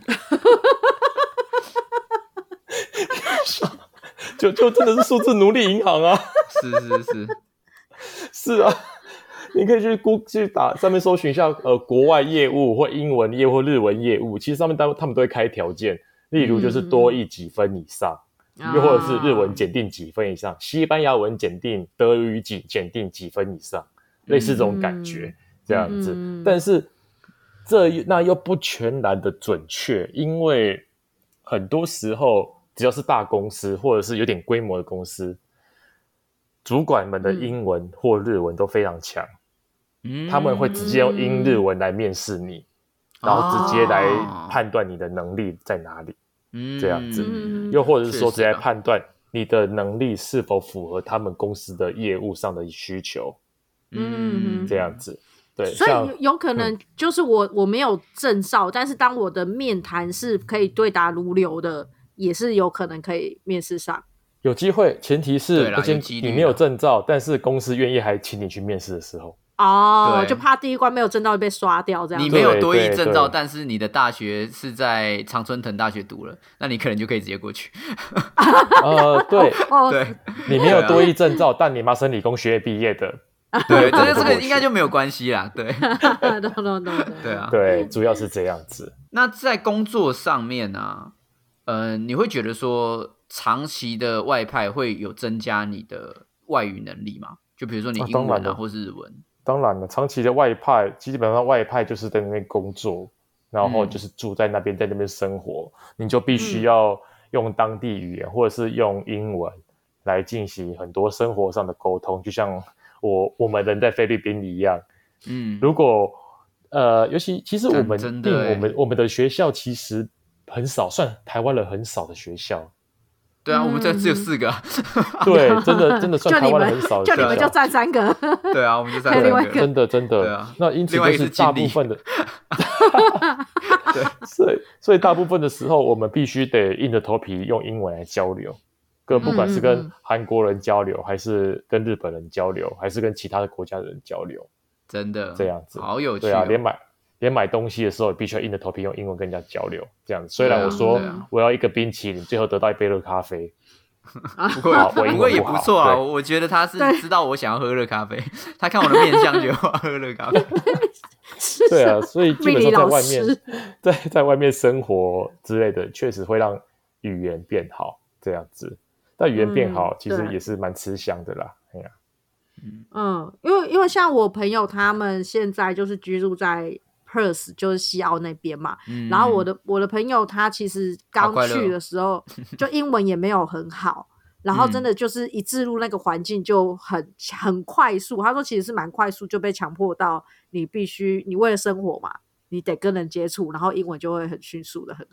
就就真的是数字奴隶银行啊！ 是是是是啊，你可以去 Google 去打上面搜寻一下呃国外业务或英文业务或日文业务，其实上面他们都会开条件，例如就是多益几分以上，嗯、又或者是日文检定几分以上，西班牙文检定、德语检定几分以上，类似这种感觉、嗯、这样子，嗯、但是。这那又不全然的准确，因为很多时候只要是大公司或者是有点规模的公司，主管们的英文或日文都非常强、嗯、他们会直接用英日文来面试你、嗯、然后直接来判断你的能力在哪里、嗯、这样子、嗯、又或者是说直接判断你的能力是否符合他们公司的业务上的需求，嗯，这样子。对， 所以有可能就是我、嗯、我没有证照，但是当我的面谈是可以对答如流的，也是有可能可以面试上。 有机会，前提是而且你没有证照，但是公司愿意还请你去面试的时候。 哦，就怕第一关没有证照被刷掉这样。 你没有多益证照，但是你的大学是在常春藤大学读了，那你可能就可以直接过去。 呃，对、 哦、 对， 你没有多益证照，但你麻省理工学院毕业的。 对，这个这个应该就没有关系啦。对， 对啊， 对，主要是这样子。 那在工作上面啊，呃，你会觉得说长期的外派会有增加你的外语能力吗？就比如说你英文啊，啊或是日文。 当然了，长期的外派，基本上外派就是在那边工作，然后就是住在那边，在那边生活，你就必须要用当地语言、嗯、或者是用英文来进行很多生活上的沟通，就像。我我们人在菲律宾一样，嗯，如果呃，尤其其实我们定我们我们的学校其实很少，算台湾人很少的学校。 对啊，嗯、我们这只有四个。 对，真的真的算台湾人很少的学校。 就你们就占三个。 对啊，我们就占三个。 真的真的。 对啊。 那因此就是大部分的。对，所以所以大部分的时候，我们必须得硬着头皮用英文来交流。跟不管是跟韩国人交流、嗯、还是跟日本人交流，还是跟其他的国家的人交流， 真的这样子好有趣、哦。 对啊，连买连买东西的时候，必须要硬着头皮用英文跟人家交流。这样子，虽然我说、啊、我要一个冰淇淋，最后得到一杯热咖啡。 不过不过也不错啊，我觉得他是知道我想要喝热咖啡，他看我的面相就要喝热咖啡。 对啊，所以基本上在外面在在外面生活之类的，确实会让语言变好，这样子。但语言变好、嗯、其实也是蛮吃香的啦。哎呀、 嗯，因为因为像我朋友他们现在就是居住在 Perth 就是西澳那边嘛、嗯、然后我的我的朋友他其实刚去的时候就英文也没有很好然后真的就是一置入那个环境就很很快速，他说其实是蛮快速就被强迫到你必须你为了生活嘛你得跟人接触，然后英文就会很迅速的很好。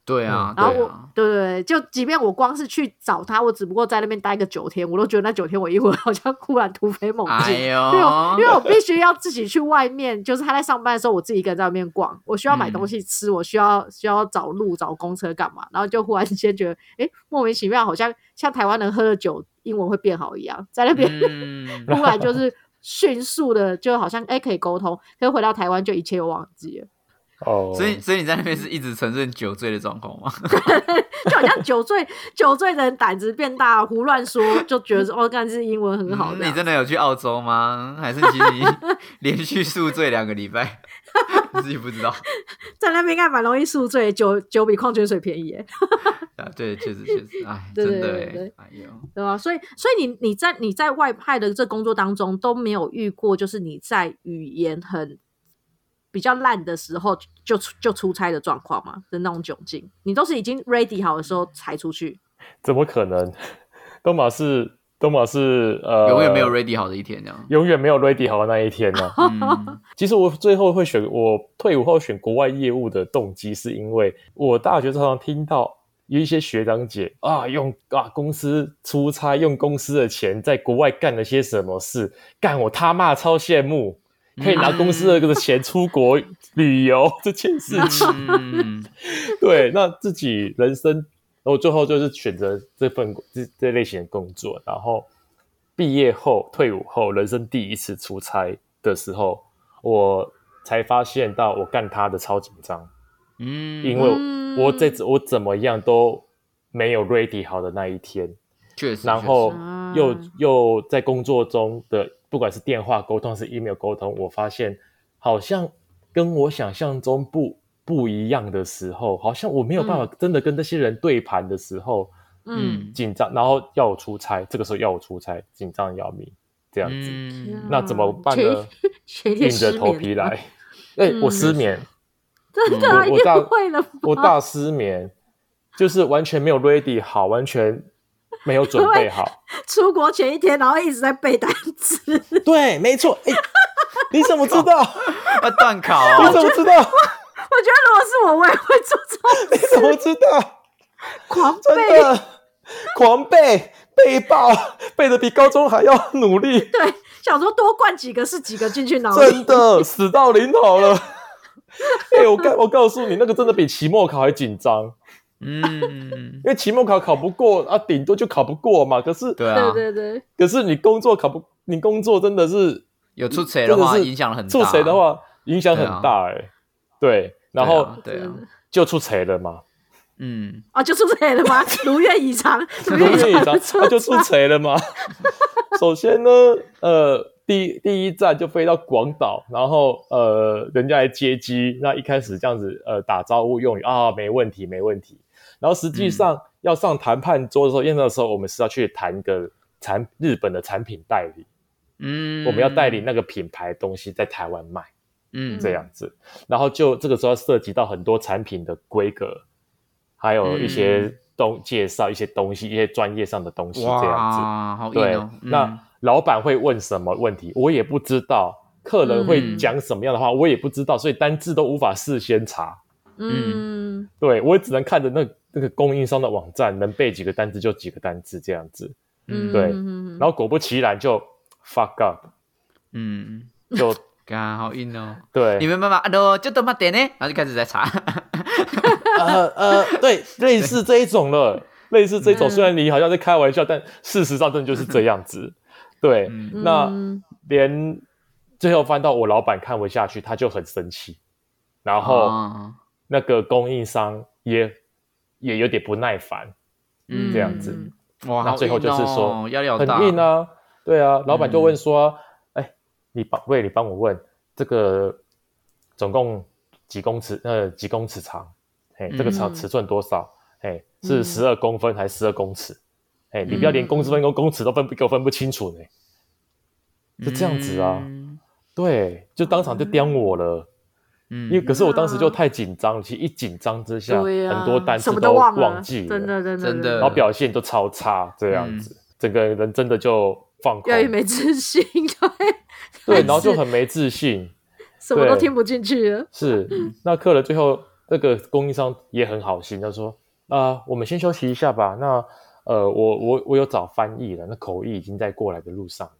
对啊， 然后我， 对啊， 对对对，就即便我光是去找他，我只不过在那边待个九天，我都觉得那九天我英文好像忽然突飞猛进， 哎呦， 因为我因为我必须要自己去外面，就是他在上班的时候，我自己一个人在外面逛，我需要买东西吃，嗯、我需要需要找路、找公车干嘛，然后就忽然间觉得，哎，莫名其妙，好像像台湾人喝了酒，英文会变好一样，在那边、嗯、忽然就是迅速的，就好像哎可以沟通，可是回到台湾就一切又忘记了。 哦， 所以所以你在那边是一直承认酒醉的状况吗？ 就好像酒醉酒醉的人胆子变大，胡乱说，就觉得哦，干是英文很好、嗯。 你真的有去澳洲吗？还是其实你连续宿醉两个礼拜？你自己不知道， 在那边应该蛮容易宿醉，酒酒比矿泉水便宜耶。 啊，对，确实确实，哎， 对真的对对， 哎呦， 对吧？所以所以你你在你在外派的这工作当中都没有遇过，就是你在语言很比较烂的时候就就出差的状况吗？的那种窘境，你都是已经 ready 好的时候才出去？ 怎么可能？东马是东马是呃， 永远没有 ready 好的一天，这样永远没有 ready 好的那一天呢、啊嗯。其实我最后会选我退伍后选国外业务的动机，是因为我大学常常听到有一些学长姐啊，用啊公司出差用公司的钱在国外干了些什么事，干我他妈超羡慕。可以拿公司的钱出国旅游这件事情、嗯、对，那自己人生我最后就是选择这份 这, 这类型的工作，然后毕业后退伍后人生第一次出差的时候，我才发现到我干他的超紧张，嗯，因为我这我怎么样都没有 ready 好的那一天， 确实， 然后又又在工作中的不管是电话沟通是 email 沟通，我发现好像跟我想象中不不一样的时候，好像我没有办法真的跟这些人对盘的时候，嗯，紧张，然后要我出差，这个时候要我出差，紧张要命，这样子，嗯、那怎么办呢？硬着头皮来，哎、欸嗯，我失眠， 真的、啊， 我我大会了， 我大失眠，就是完全没有 ready 好，完全。没有准备好， 出国前一天，然后一直在背单词。 对，没错。哎、欸，你怎么知道？ 要断考、哦？ 你怎么知道？我, 我觉得如果是我，我也会做这种事。 你怎么知道？ 狂背， 真的狂背，背爆，背得比高中还要努力。 对，想说多灌几个是几个进去脑里。 真的死到临头了。哎、欸，我告我告诉你，那个真的比期末考还紧张。嗯，因为期末考考不过啊，顶多就考不过嘛。可是， 对啊， 对对对。 可是你工作考不，你工作真的是有出差的话，影响很大。 出差的话，影响很大哎、欸啊。对，然后对啊， 就出差了嘛。 嗯， 啊，就出差了吗？如愿以偿， 如愿以偿，啊，就出差了嘛。首先呢，呃，第第一站就飞到广岛，然后呃，人家来接机，那一开始这样子呃打招呼用语啊，没问题，没问题。然后实际上要上谈判桌的时候，因为那时候我们是要去谈个产日本的产品代理，嗯，我们要代理那个品牌的东西在台湾卖，嗯，这样子。然后就这个时候涉及到很多产品的规格，还有一些东介绍一些东西，一些专业上的东西，这样子。 哇，好硬哦。 对， 嗯、 那老板会问什么问题，我也不知道；客人会讲什么样的话，我也不知道，所以单字都无法事先查。嗯，对，我也只能看着那那个供应商的网站，能背几个单字就几个单字这样子。嗯，对，然后果不其然就 fuck up， 嗯， 就干好硬哦。 对， 你们妈妈啊都就这么点呢，然后就开始在查。 呃呃，对，类似这一种了，类似这一种，虽然你好像在开玩笑，但事实上真的就是这样子。对，嗯、那连最后翻到我老板看不下去，他就很生气，然后。哦，那个供应商也也有点不耐烦，嗯，这样子， 哇， 那最后就是说压力好大， 很硬啊，对啊，老板就问说，哎、嗯，你帮喂，你帮我问这个总共几公尺，呃，几公尺长，哎，这个长尺寸多少？哎，是十二公分还是十二公尺？哎，你不要连公分跟公尺都分不给我分不清楚呢，是这样子啊，嗯、对，就当场就刁我了。嗯，因为可是我当时就太紧张了，其实一紧张之下，啊、很多单词都忘记了， 真的真的真的， 然后表现都超差，这样子，嗯、整个人真的就放空， 越来越没自信，对， 对，然后就很没自信， 什么都听不进去了。 是，那客人最后这个供应商也很好心，他说啊、呃，我们先休息一下吧。那呃，我我我有找翻译了，那口译已经在过来的路上。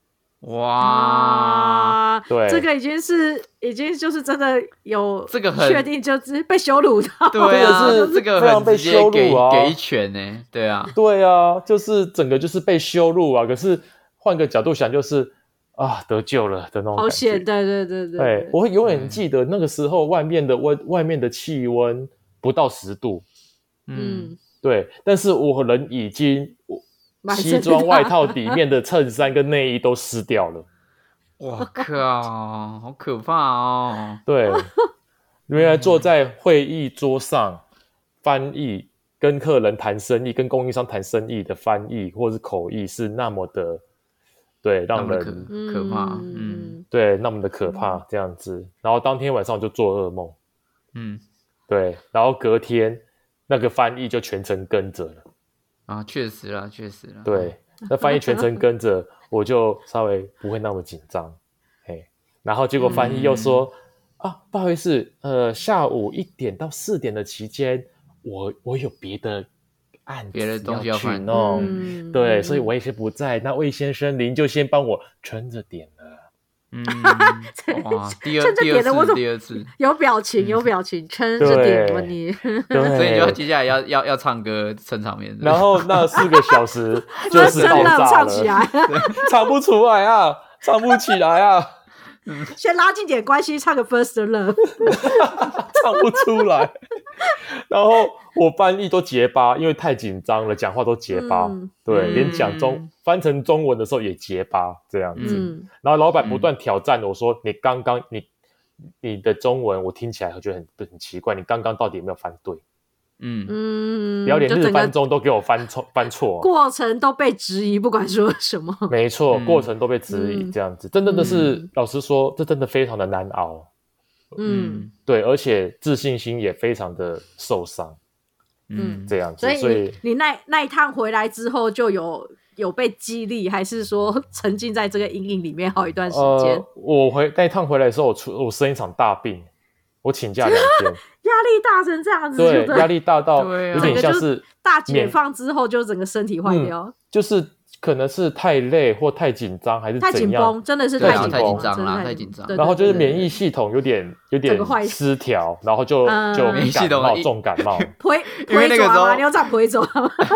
哇， 对， 这个已经是已经就是真的有这个很确定就是被羞辱到， 对啊， 这个是这个非常被很直接给羞辱啊， 给一拳呢，对啊， 对啊，就是整个就是被羞辱啊。可是换个角度想，就是啊得救了的那种感觉。 好险，对对对 对, 对，我会永远记得那个时候外面的温外面的气温不到十度， 嗯， 对，但是我人已经西装外套里面的衬衫跟内衣都湿掉了。 哇靠，好可怕哦！ 对，原来坐在会议桌上翻译，跟客人谈生意，跟供应商谈生意的翻译或是口译是那么的，对，让人可, 可怕，嗯， 对，那么的可怕这样子。然后当天晚上就做噩梦， 嗯， 对，然后隔天那个翻译就全程跟着了。 啊，确实啦，确实啦。 对，那翻译全程跟着，我就稍微不会那么紧张。嘿，然后结果翻译又说、嗯、啊，不好意思，呃，下午一点到四点的期间，我我有别的案子别的东西要去弄， 嗯、 对，所以我也是不在。那魏先生，您就先帮我撑着点了。 嗯，哇，第二第二次，第二次有表情，有表情，撑着点吧你。 对， 所以你就接下来要要要唱歌撑场面。 然后那四个小时就是爆炸了， 唱起来， 唱不出来啊，唱不起来啊。 先拉近点关系，唱个 First Love， 唱不出来。然后我翻译都结巴，因为太紧张了，讲话都结巴。嗯、对、嗯，连讲中翻成中文的时候也结巴，这样子。嗯、然后老板不断挑战我说：“你刚刚你你的中文我听起来觉得很很奇怪，你刚刚到底有没有翻对？”嗯嗯，不要连日翻中都给我翻错，翻错， 过程都被质疑，不管说什么， 没错，过程都被质疑，这样子，真的是、嗯、老实说，这真的非常的难熬。嗯，对，而且自信心也非常的受伤。嗯，这样子， 所以你你那那一趟回来之后，就有有被激励，还是说沉浸在这个阴影里面好一段时间？ 呃、我回那一趟回来的时候，我出我生一场大病。我请假两天， 压力大成这样子， 对，压力大到有点像是大解放之后就整个身体坏掉、嗯， 就是可能是太累或太紧张，还是怎样？ 太紧绷，真的是太紧绷， 太紧张了，太紧张。 然后就是免疫系统有点有点失调，然后就、嗯、就感冒，重感冒。 因为那个时候你要这样不会走。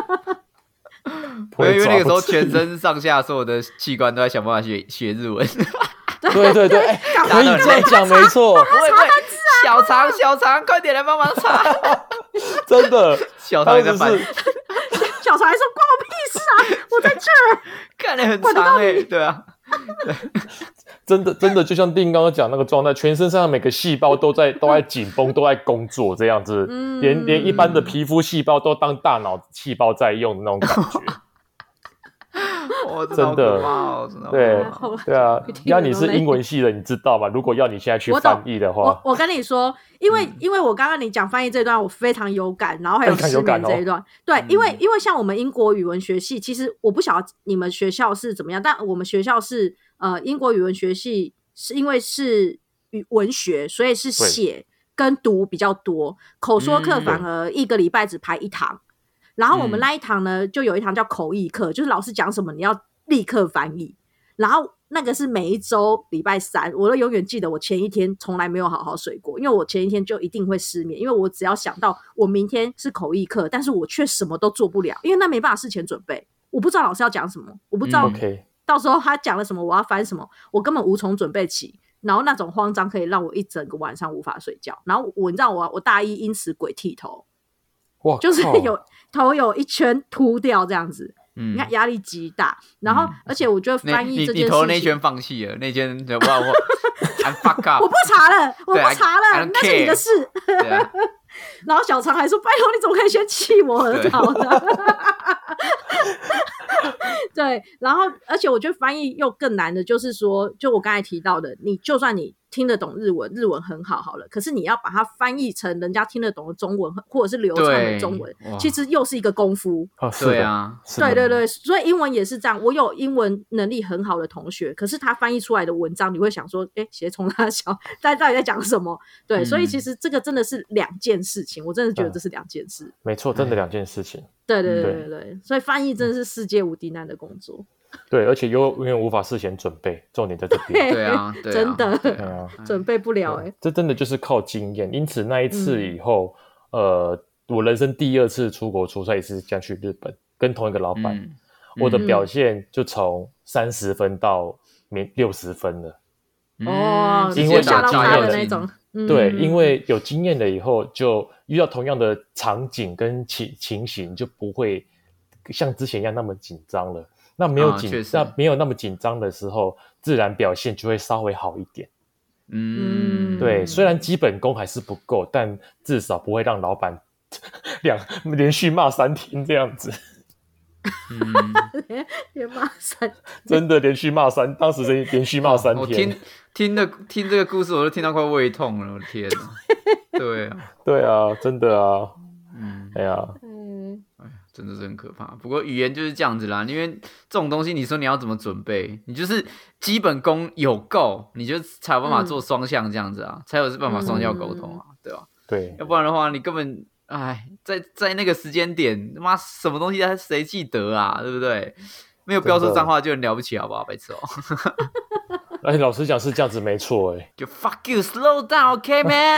因为那个时候全身上下所有的器官都在想办法学学日文。 对对对，欸、可以这样讲，没错。 查单字啊！ 小肠，小肠，快点来帮忙查！ 真的， 小肠也在翻。 小肠还说关我屁事啊！我在这儿， 看得很长哎、欸，对啊，对， 真的真的就像丁刚刚讲那个状态，全身上每个细胞都在都在紧绷，都在工作这样子，嗯、连连一般的皮肤细胞都当大脑细胞在用的那种感觉。 哦、 真的，对对啊，要你是英文系的，你知道吗？如果要你现在去翻译的话， 我, 我, 我跟你说，因为、嗯、因为我刚刚你讲翻译这段，我非常有感，然后还有失眠这一段，对，嗯、因为因为像我们英国语文学系，其实我不晓得你们学校是怎么样，但我们学校是呃英国语文学系，是因为是语文学，所以是写跟读比较多，口说课反而一个礼拜只排一堂。嗯然后我们那一堂呢、嗯，就有一堂叫口译课，就是老师讲什么你要立刻翻译。然后那个是每一周礼拜三，我都永远记得我前一天从来没有好好睡过，因为我前一天就一定会失眠，因为我只要想到我明天是口译课，但是我却什么都做不了，因为那没办法事前准备，我不知道老师要讲什么，我不知道到时候他讲了什么，我要翻什么，我根本无从准备起。然后那种慌张可以让我一整个晚上无法睡觉。然后我你知道我我大一因此鬼剃头。就是有头有一圈秃掉这样子，嗯、你看压力极大。然后，嗯、而且我觉得翻译这件事情， 你, 你头那一圈放弃了，那圈我我 I'm fuck up， 我不查了，我不查了，那是你的事。然后小常还说：“拜托，你怎么可以先弃我而逃呢？”对，然后而且我觉得翻译又更难的，就是说，就我刚才提到的，你就算你听得懂日文，日文很好好了，可是你要把它翻译成人家听得懂的中文，或者是流畅的中文，其实又是一个功夫。 哦， 对啊， 对对对，所以英文也是这样。我有英文能力很好的同学，可是他翻译出来的文章，你会想说，哎，写从他小，但到底在讲什么？对、嗯，所以其实这个真的是两件事情，我真的觉得这是两件事。嗯、 没错，真的两件事情。 对对对对对，所以翻译真的是世界无敌难的工作。 对，而且又永远无法事先准备，重点在这边。 对啊，对啊真的， 对啊， 准备不了哎、欸。 这真的就是靠经验。因此那一次以后，嗯、呃，我人生第二次出国出差也是这样去日本，跟同一个老板，嗯、我的表现就从三十分到六十分了。 哦、嗯， 因为吓到他的那种。 对，因为有经验了以后，就遇到同样的场景跟情情形，就不会像之前一样那么紧张了。那没有紧、啊、那没有那么紧张的时候，自然表现就会稍微好一点。 嗯， 对，虽然基本功还是不够，但至少不会让老板两连续骂三天这样子。 嗯，连骂三天， 真的连续骂三，当时是连续骂三天。 我听听的听这个故事，我都听到快胃痛了，我的天哪！对啊， 对啊，真的啊， 嗯， 哎呀， 嗯， 哎呀，真的是很可怕。不过语言就是这样子啦，因为这种东西，你说你要怎么准备，你就是基本功有够，你就才有办法做双向这样子啊，嗯、才有办法双向沟通啊，对吧？ 对， 要不然的话，你根本。哎，在在那个时间点，妈什么东西谁记得啊？对不对？没有标出脏话就很了不起，好不好？白痴哦！ 哎，老实讲是这样子，没错哎。 就 fuck you, slow down, OK, man 。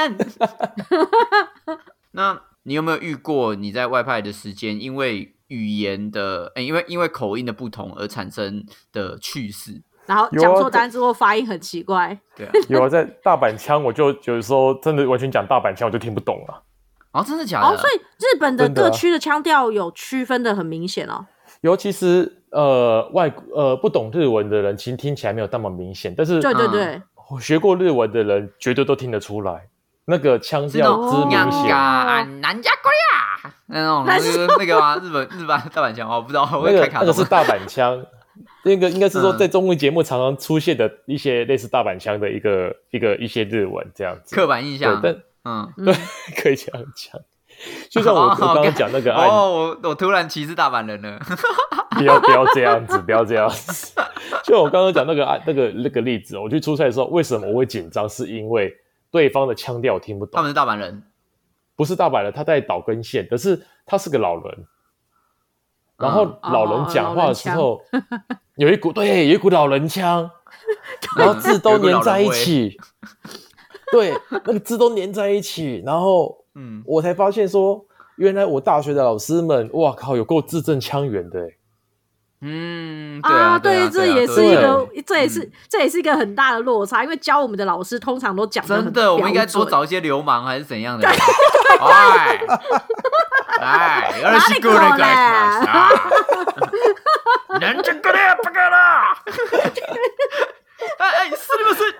那你有没有遇过你在外派的时间，因为语言的，欸、因为因为口音的不同而产生的趣事？ 然后讲错单字或发音很奇怪。 对啊， 有啊，在大阪腔，我就有时候真的完全讲大阪腔，我就听不懂了。 哦，真的假的？ 哦，所以日本的各区的腔调有区分的很明显哦。 尤其是呃外呃不懂日文的人，其实听起来没有那么明显，但是对对对， 嗯、学过日文的人绝对都听得出来，那个腔调之明显。 啊，南家龟啊，那种那个那个嘛，日本日本大阪腔，我不知道，我会开卡、 那个。那个是大阪腔，那个应该是说在综艺节目常常出现的一些类似大阪腔的一个一个一些日文这样子。 刻板印象， 对，但。 嗯， 对，可以这样讲。就像我、哦、我刚刚讲那个案， 哦，我我突然歧视大阪人了。 不要不要这样子，不要这样子。就我刚刚讲那个那个那个例子，我去出差的时候，为什么我会紧张？是因为对方的腔调我听不懂。 他们是大阪人， 不是大阪人，他在岛根县，可是他是个老人。然后老人讲话的时候，哦、有一股对，有一股老人腔，然后字都粘在一起。对，那个字都粘在一起，然后，嗯，我才发现说，原来我大学的老师们，哇靠，有够字正腔圆的， 嗯，对啊， 对， 对啊， 这也是一个，这也是，这也是一个很大的落差，因为教我们的老师通常都讲得很真的，我们应该多找一些流氓还是怎样的？哎，哎，よろしくお願いします。なんじゃこりゃバカだ！哎哎，是不是？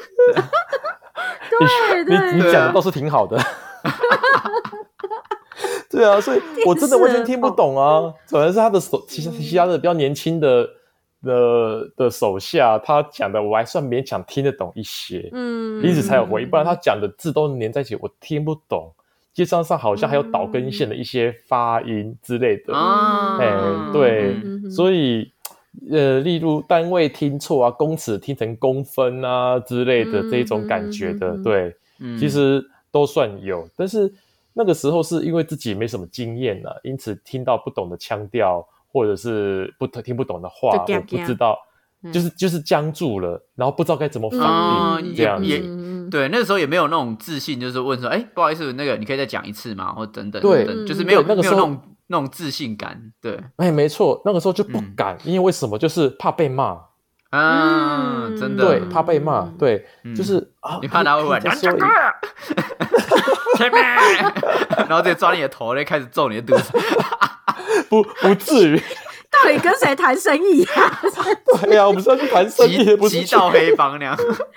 对对， 你你讲的倒是挺好的。对啊，所以我真的完全听不懂啊。可能是他的手，其其他的比较年轻的的的手下，他讲的我还算勉强听得懂一些，嗯，因此才有回应。不然他讲的字都连在一起，我听不懂。街上上好像还有岛根县的一些发音之类的， 啊， 哎、欸，对，嗯、所以呃，例如单位听错啊，公尺听成公分啊之类的这种感觉的，嗯、对、嗯，其实都算有，但是那个时候是因为自己没什么经验啊，因此听到不懂的腔调或者是不听不懂的话，我不知道。就是就是僵住了，然后不知道该怎么反应，嗯、这样子。 也对，那个时候也没有那种自信，就是问说，哎、欸，不好意思，那个你可以再讲一次吗？或等等， 对， 等等就是没有那个时候没有那种那种自信感，对。 哎、欸，没错，那个时候就不敢，嗯、因为为什么？就是怕被骂啊，嗯、真的， 对，怕被骂，对，嗯、就是啊， 你怕他会讲这个，前面，然后直接抓你的头，再开始揍你的肚子， 不不至于。 到底跟谁谈生意啊？ 对啊，我们是要去谈生意，不是极道黑帮那样。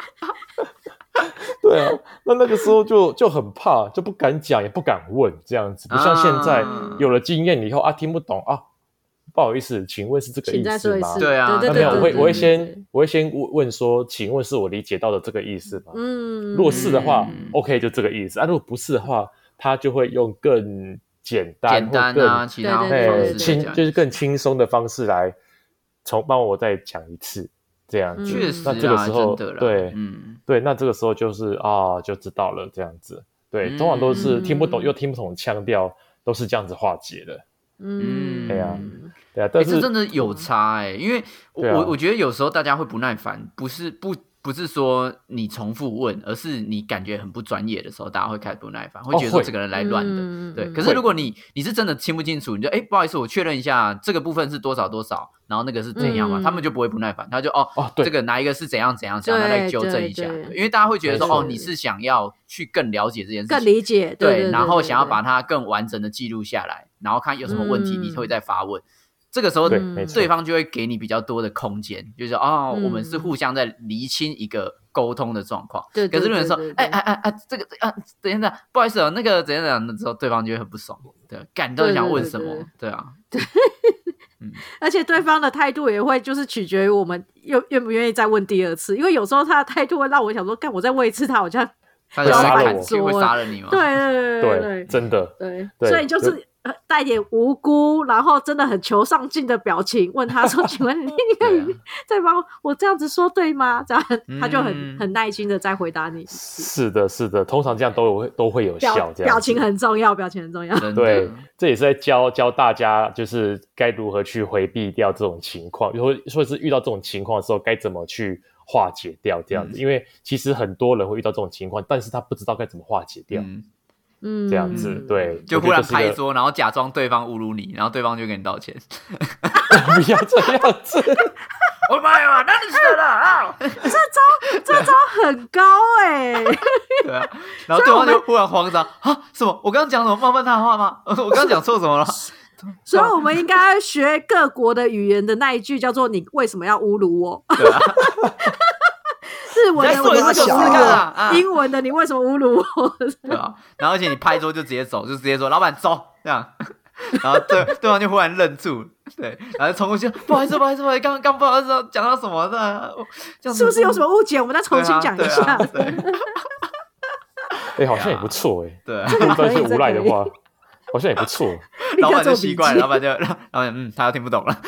对啊，那那个时候就就很怕，就不敢讲，也不敢问，这样子。不像现在、啊、有了经验以后啊，听不懂啊， 不好意思，请问是这个意思吗？ 对啊， 对对对， 我会我会先我会先问说，请问是我理解到的这个意思吗？嗯，如果是的话、嗯、，OK 就这个意思啊。如果不是的话，他就会用更简单、 简单啊，其他方式轻就是更轻松的方式来从帮我再讲一次。这样子， 确、嗯、实、啊， 那这个时候真的啦对， 嗯， 对，那这个时候就是啊，就知道了这样子。对，嗯、通常都是听不懂、嗯、又听不懂腔调，都是这样子化解的。嗯，对啊，对啊，但是、 欸、这真的有差哎、欸，因为我、啊、我我觉得有时候大家会不耐烦，不是不。不是说你重复问，而是你感觉很不专业的时候，大家会开始不耐烦，会觉得说这个人来乱的。哦、对，可是如果你你是真的听不清楚，你就哎、欸、不好意思，我确认一下这个部分是多少多少，然后那个是怎样嘛，嗯、他们就不会不耐烦，他就哦哦这个哪一个是怎样怎样怎样，他来纠正一下。因为大家会觉得说哦你是想要去更了解这件事情， 更理解，对, 对, 对, 对, 对， 然后想要把它更完整的记录下来，然后看有什么问题，你会再发问。嗯这个时候 对, 对方就会给你比较多的空间，就是哦、嗯，我们是互相在厘清一个沟通的状况。对，可是如果说，哎哎哎哎，这个啊，等一下，不好意思哦，那个怎样怎样的之后，对方就会很不爽。对，干，你到底想问什么？对, 对, 对, 对, 对啊，对， 嗯，而且对方的态度也会就是取决于我们愿愿不愿意再问第二次，因为有时候他的态度会让我想说，干，我再问一次，他好像他就杀了我，会杀了你吗？ 对对对 对, 对，真的， 对，对所以就是。带点无辜，然后真的很求上进的表情，问他说：“请问你可以再帮我这样子说对吗？”这样他就很、嗯、很耐心的再回答你。 是的，是的，通常这样都有都会有效。这样表情很重要，表情很重要。 对，这也是在教教大家，就是该如何去回避掉这种情况，或或者是遇到这种情况的时候该怎么去化解掉这样子、嗯。因为其实很多人会遇到这种情况，但是他不知道该怎么化解掉。嗯嗯，这样子、嗯、对， 就忽然拍桌，然后假装对方侮辱你，然后对方就跟你道歉。 不要这样子！ 我妈呀，那你死了啊！ 这招这招很高哎、欸。 对啊，然后对方就忽然慌张啊！什么？我刚刚讲什么冒犯他的话吗？我刚刚讲错什么了？ 所以我们应该学各国的语言的那一句叫做“你为什么要侮辱我”？ 对啊。 日文的我为什么侮辱我、啊、英文的你为什么侮辱我？ 对啊，然后而且你拍桌就直接走，就直接说老板走这样，然后对对方就忽然愣住，对，然后冲过去，不好意思，不好意思，不好意思，刚刚不好意思讲到什么的， 是不是有什么误解？我们再重新讲一下。 哎、啊欸，好像也不错哎、欸， 对、啊， 如果是无赖的话，好像也不错。 老板就习惯了，老板就老板嗯，他要听不懂了。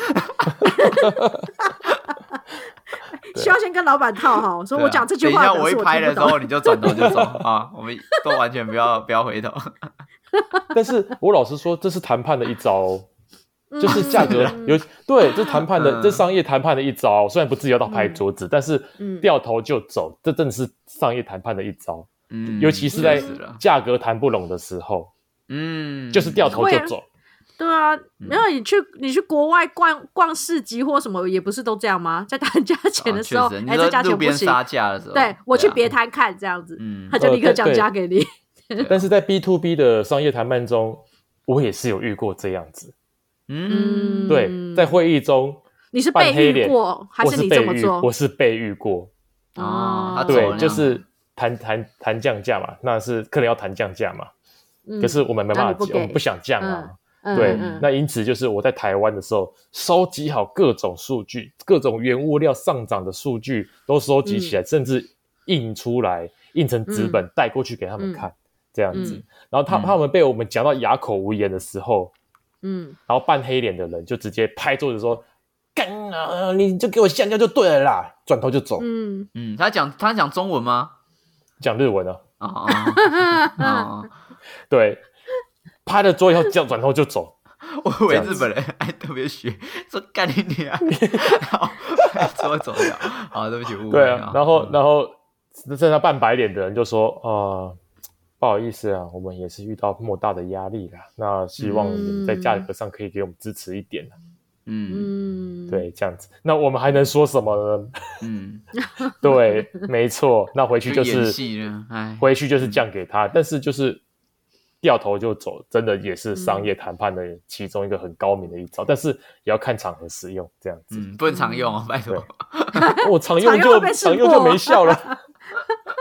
需要先跟老板套好，说我讲这句话、啊。 等一下我一拍的时候，你就转头就走啊！我们都完全不要不要回头。 但是我老实说，这是谈判的一招、哦，就是价格有、嗯、对，这谈判的、嗯、这商业谈判的一招。虽然不至于要到拍桌子、嗯，但是掉头就走，这真的是商业谈判的一招。嗯，尤其是在价格谈不拢的时候，嗯，就是掉头就走。 对啊，没有你去你去国外逛逛市集或什么，也不是都这样吗？在谈价钱的时候，哎、哦，这价钱不行。 杀价的时候， 对我去别摊看这样子、啊，他就立刻降价给你。 呃、但是在 B to B 的商业谈判中，我也是有遇过这样子。嗯，对，在会议中， 你是被遇过还是你这么做？ 我是被遇过。 哦， 对，就是谈谈谈降价嘛，那是客人要谈降价嘛、嗯，可是我们没办法，我们不想降啊。嗯对、嗯嗯，那因此就是我在台湾的时候，收集好各种数据，各种原物料上涨的数据都收集起来，嗯、甚至印出来，印成纸本带、嗯、过去给他们看，嗯、这样子。嗯、然后他、嗯、他们被我们讲到哑口无言的时候，嗯，然后扮黑脸的人就直接拍桌子说：“干啊，你就给我降价就对了啦！”转头就走。 嗯嗯，他讲他讲中文吗？ 讲日文啊。 哦哦哦， 对。拍了桌以后，这样转头就走。 我以为日本人还特别学，说干你娘，然后拍桌走掉。好，对不起，误会。 对啊，然后然后剩下扮白脸的人就说：“啊、呃，不好意思啊，我们也是遇到莫大的压力啦。那希望你们在价格上可以给我们支持一点啦。”嗯，对，这样子，那我们还能说什么呢？嗯，对，没错。那回去就是回去就是降给他，嗯、但是就是。掉头就走，真的也是商业谈判的其中一个很高明的一招，嗯、但是也要看场合使用，这样子。 嗯，不能常用哦，拜托。 我、哦、常用就常用就没效了。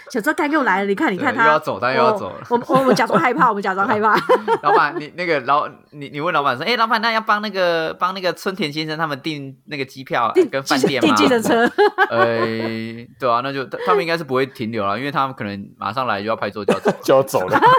小周干又来了，你看你看他又要走，他又要走了。 我我我假装害怕，我们假装害怕。 老板，你那个老你你问老板说，哎、欸，老板，那要帮那个帮那个春田先生他们订那个机票跟饭店吗？ 订计程车。 呃，对啊，那就他们应该是不会停留了，因为他们可能马上来就要拍桌就要走就要走了。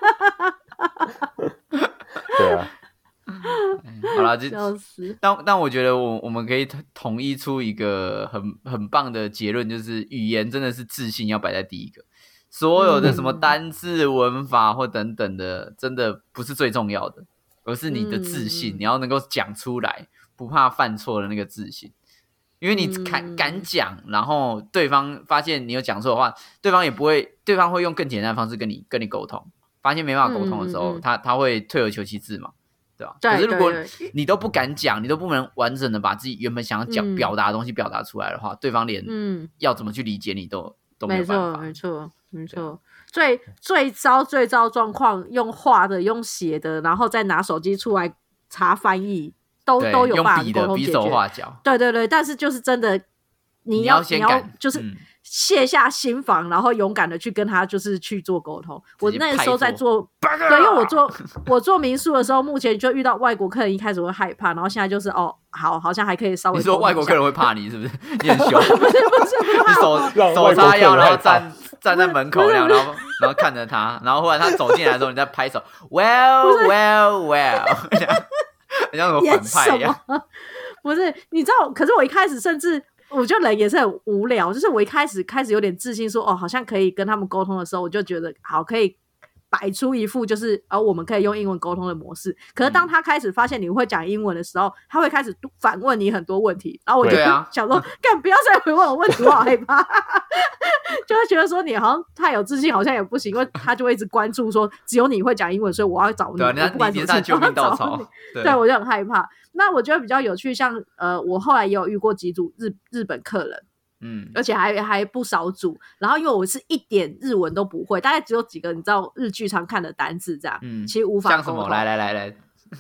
对啊。 好啦，就但但我觉得我我们可以统一出一个很很棒的结论，就是语言真的是自信要摆在第一个，所有的什么单字、文法或等等的，真的不是最重要的，而是你的自信，嗯、你要能够讲出来，不怕犯错的那个自信。因为你敢敢讲，然后对方发现你有讲错的话，对方也不会，对方会用更简单的方式跟你跟你沟通。发现没办法沟通的时候，嗯嗯嗯他他会退而求其次嘛。对吧？可是如果你都不敢讲，你都不能完整的把自己原本想要讲、嗯、表达的东西表达出来的话，对方连要怎么去理解你都、嗯、都没有办法。 没错，没错，没错。最最糟最糟状况，用画的、用写的，然后再拿手机出来查翻译，都都有办法沟通解决。 用笔的、比手画脚。 对对对，但是就是真的，你要你要先敢， 你要就是。嗯卸下心防，然后勇敢的去跟他就是去做沟通。我那个时候在做，对，因为我做我做民宿的时候，目前就遇到外国客人，一开始会害怕，然后现在就是哦，好，好像还可以稍微。 你说外国客人会怕你是不是？你很凶， 不是不是， 你手手叉腰，然后站站在门口那样，然后然后看着他，然后忽然他走进来的时候，你在拍手 ，well well well， 很像什么反派一样。 不是，你知道？可是我一开始甚至。我觉得人也是很无聊，就是我一开始开始有点自信说哦，好像可以跟他们沟通的时候，我就觉得好可以摆出一副就是哦，我们可以用英文沟通的模式。可是当他开始发现你会讲英文的时候，他会开始反问你很多问题，然后我就想说，干、啊、不要再回问我问题，我好害怕，就会觉得说你好像太有自信，好像也不行，因为他就会一直关注说只有你会讲英文，所以我要找你， 对啊、 我不管什么事情我要找你，对, 对我就很害怕。那我觉得比较有趣，像呃，我后来也有遇过几组日日本客人，嗯，而且还还不少组。然后因为我是一点日文都不会，大概只有几个你知道日剧常看的单字这样，嗯，其实无法沟通。 像什么？来来来来，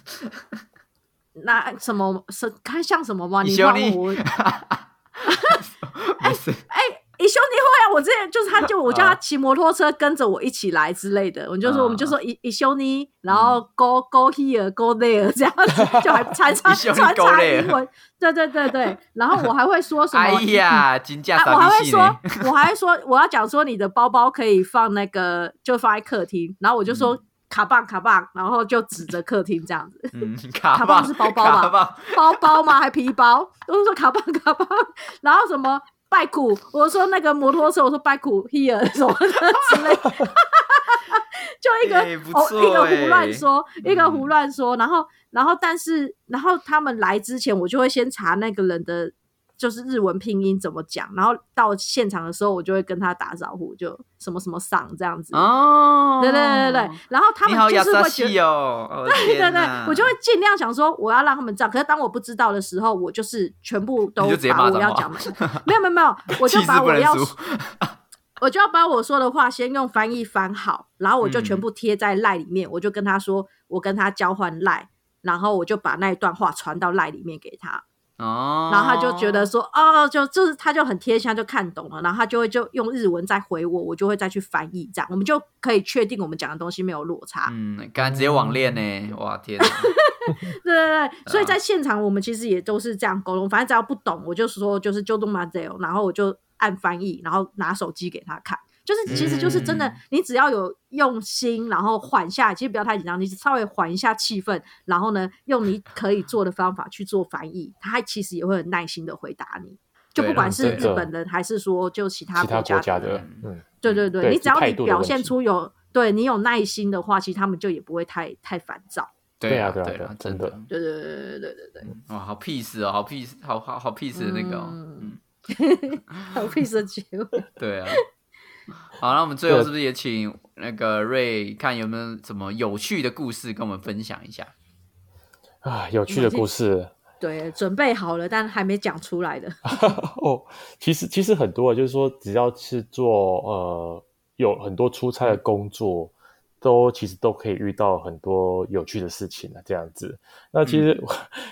那什么是看像什么吗？你帮我，哎哎。一兄弟会啊！我之前就是他就我叫他骑摩托车跟着我一起来之类的，我就说、uh, 我们就说一一兄弟，然后 go go here go there 这样子，就还穿插穿插英文，对对对对。然后我还会说什么？ 哎呀，金价、啊、 我还会说，我还会说，我要讲说你的包包可以放那个，就放在客厅，然后我就说。嗯卡棒卡棒，然后就指着客厅这样子。 嗯，卡卡棒是包包吧？包包吗？还皮包？我就说卡棒卡棒，然后什么拜苦？我说那个摩托车，我说拜苦 here 什么的之类的，就一个、欸哦、一个胡乱说，嗯、一个胡乱说，然后然后但是然后他们来之前，我就会先查那个人的。就是日文拼音怎么讲，然后到现场的时候，我就会跟他打招呼，就什么什么桑这样子。哦，对对对对，然后他们就是会觉得， 哦、 对对对，我就会尽量想说我要让他们这样。可是当我不知道的时候，我就是全部都把我要讲的，没有没有没有，我就把我要，我就要把我说的话先用翻译翻好，然后我就全部贴在 LINE 里面，嗯、我就跟他说，我跟他交换 LINE， 然后我就把那一段话传到 LINE 里面给他。哦，然后他就觉得说，哦，就就是他就很贴心，他就看懂了，然后他就会就用日文再回我，我就会再去翻译，这样我们就可以确定我们讲的东西没有落差。 嗯，刚才直接网恋呢，哇天哪！ 对对对，所以在现场我们其实也都是这样沟通，反正只要不懂，我就说就是就动马这，然后我就按翻译，然后拿手机给他看。就是其实就是真的、嗯、你只要有用心然后缓下来，其实不要太紧张，你稍微缓一下气氛，然后呢用你可以做的方法去做翻译，他其实也会很耐心的回答你，就不管是日本人还是说就其他国家 的, 家的嗯， 对对 对, 对，你只要你表现出有对你有耐心的话，其实他们就也不会太太烦躁。 对啊对啊对啊，真的， 对对对对对对对， 哇，好 peace 哦，好 peace， 好好好 peace 的那个、哦，嗯， 好 peace 的结尾， 对啊。好，那我们最后是不是也请那个瑞看有没有什么有趣的故事跟我们分享一下啊？有趣的故事， 对，准备好了，但还没讲出来的。 哦，其实其实很多，就是说，只要是做呃有很多出差的工作，都其实都可以遇到很多有趣的事情啊，这样子。那其实、嗯、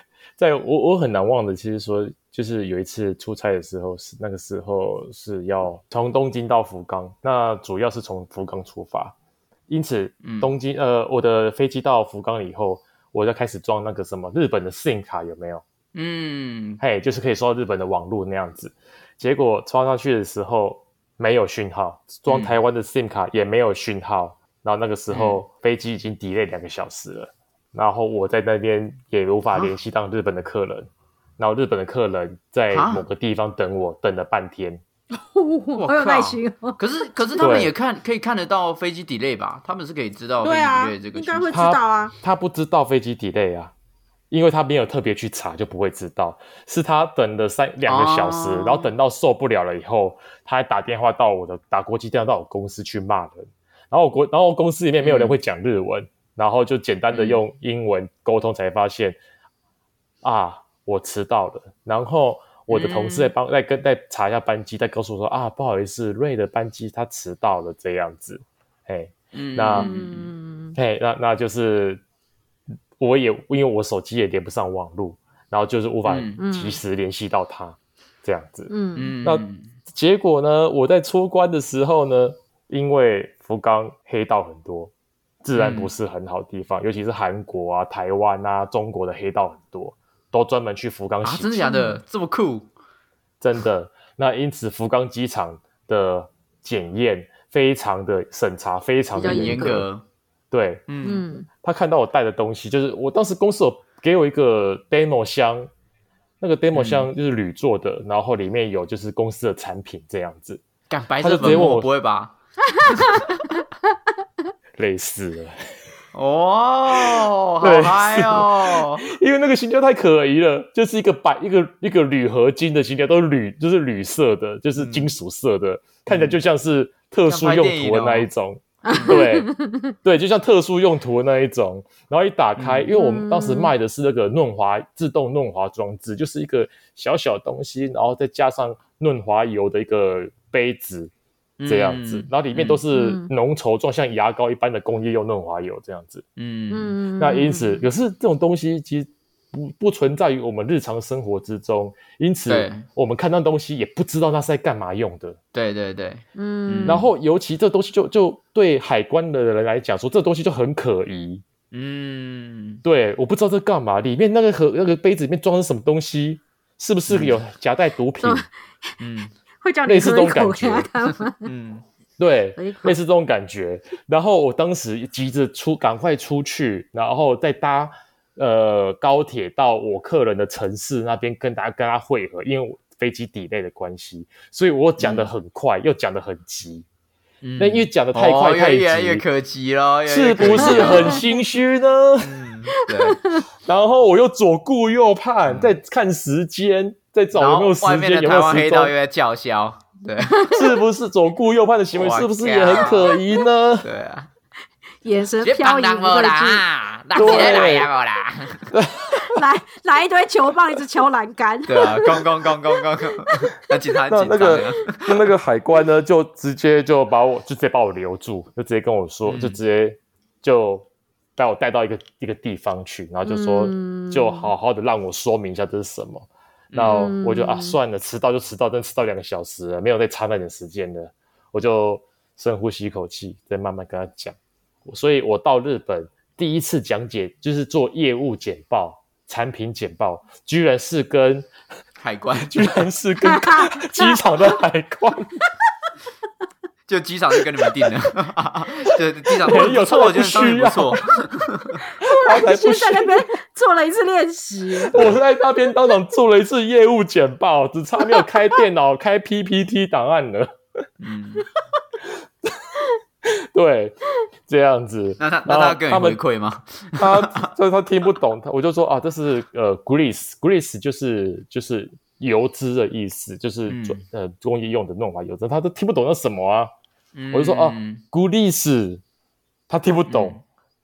在我我很难忘的，其实说就是有一次出差的时候，是那个时候是要从东京到福冈，那主要是从福冈出发，因此东京、嗯、呃我的飞机到福冈以后，我就开始装那个什么日本的 SIM 卡有没有？嗯，嘿，就是可以收到日本的网络那样子。结果装上去的时候没有讯号，装台湾的 SIM 卡也没有讯号，嗯、然后那个时候飞机已经 delay 两个小时了。然后我在那边也无法联系到日本的客人，然后日本的客人在某个地方等我，等了半天。 好有耐心哦。 可是可是他们也看可以看得到飞机 delay 吧？他们是可以知道飞机 delay 这个讯息。 对啊，应该会知道啊。 他, 他不知道飞机 delay 啊，因为他没有特别去查，就不会知道。是他等了三两个小时、哦，然后等到受不了了以后，他还打电话到我的打国际电话到我公司去骂人。然后我然后公司里面没有人会讲日文。嗯，然后就简单的用英文沟通，才发现、嗯、啊，我迟到了。然后我的同事在帮、嗯、在跟在查一下班机，再告诉我说啊，不好意思，瑞的班机他迟到了这样子。嘿，嗯、那、嗯、嘿那那就是我也因为我手机也连不上网路，然后就是无法及时联系到他、嗯、这样子。嗯，那结果呢，我在出关的时候呢，因为福冈黑道很多。自然不是很好的地方、嗯、尤其是韩国啊、台湾啊、中国的黑道很多，都专门去福冈洗钱、啊、 真的假的？这么酷？ 真的。那因此福冈机场的检验非常的审查非常的严格。对，嗯，他看到我带的东西，就是我当时公司有给我一个 demo 箱，那个 demo 箱就是铝做的、嗯、然后里面有就是公司的产品这样子。 干白色粉末不会吧？ 类似了哦，好嗨哦！ 因为那个形状太可疑了，就是一个白一个一个铝合金的形状，都是铝，就是铝色的，就是金属色的、嗯，看起来就像是特殊用途的那一种。对对，就像特殊用途的那一种。然后一打开，嗯、因为我们当时卖的是那个润滑自动润滑装置，就是一个小小的东西，然后再加上润滑油的一个杯子。这样子、嗯，然后里面都是浓稠状、嗯，像牙膏一般的工业用润滑油这样子。嗯，那因此，可是这种东西其实不不存在于我们日常生活之中，因此我们看到东西也不知道那是在干嘛用的。 对对对， 嗯。然后尤其这东西就就对海关的人来讲说，这东西就很可疑。嗯，对，我不知道这干嘛，里面那个盒那个杯子里面装的是什么东西，是不是有夹带毒品？嗯。 会叫你喝一口给他看吗？ 嗯，对，类似这种感觉。然后我当时急着出，赶快出去，然后再搭呃高铁到我客人的城市那边跟大家跟他会合，因为我飞机 delay 的关系，所以我讲得很快，嗯、又讲得很急。嗯，那因为讲得太快、哦、太急， 越来越可及了， 是不是很心虚呢？嗯，对。然后我又左顾右盼，在看时间。在找有没有时间，有没有时钟？ 台湾黑道又在叫嚣，对， 是不是左顾右盼的行为，是不是也很可疑呢？ 对啊， 眼神飘移不对劲， 对，来呀啦， 来来一堆球棒，一直敲栏杆， 对啊，咣咣咣咣咣，那警察那那个那那个海关呢，就直接就把我就直接把我留住，就直接跟我说，嗯、就直接就把我带到一个一个地方去，然后就说、嗯、就好好的让我说明一下这是什么。那我就、嗯、啊算了，迟到就迟到，但迟到两个小时了，没有再差那点时间了，我就深呼吸一口气，再慢慢跟他讲。所以我到日本第一次讲解就是做业务简报、产品简报，居然是跟海关， 居然是跟机场的海关。 就机场就跟你们订了，对，机场不错，我觉得商品不错。 他先在那边做了一次练习， 我在那边当场做了一次业务简报，只差没有开电脑开 P P T 档案了。嗯，对，这样子。 那他那他跟你回馈吗？ 他他他听不懂，我就说啊，这是呃 grease grease 就是就是油脂的意思，就是、嗯、呃工业用的润滑油脂，他都听不懂那什么啊。嗯、我就说啊 grease， 他听不懂。嗯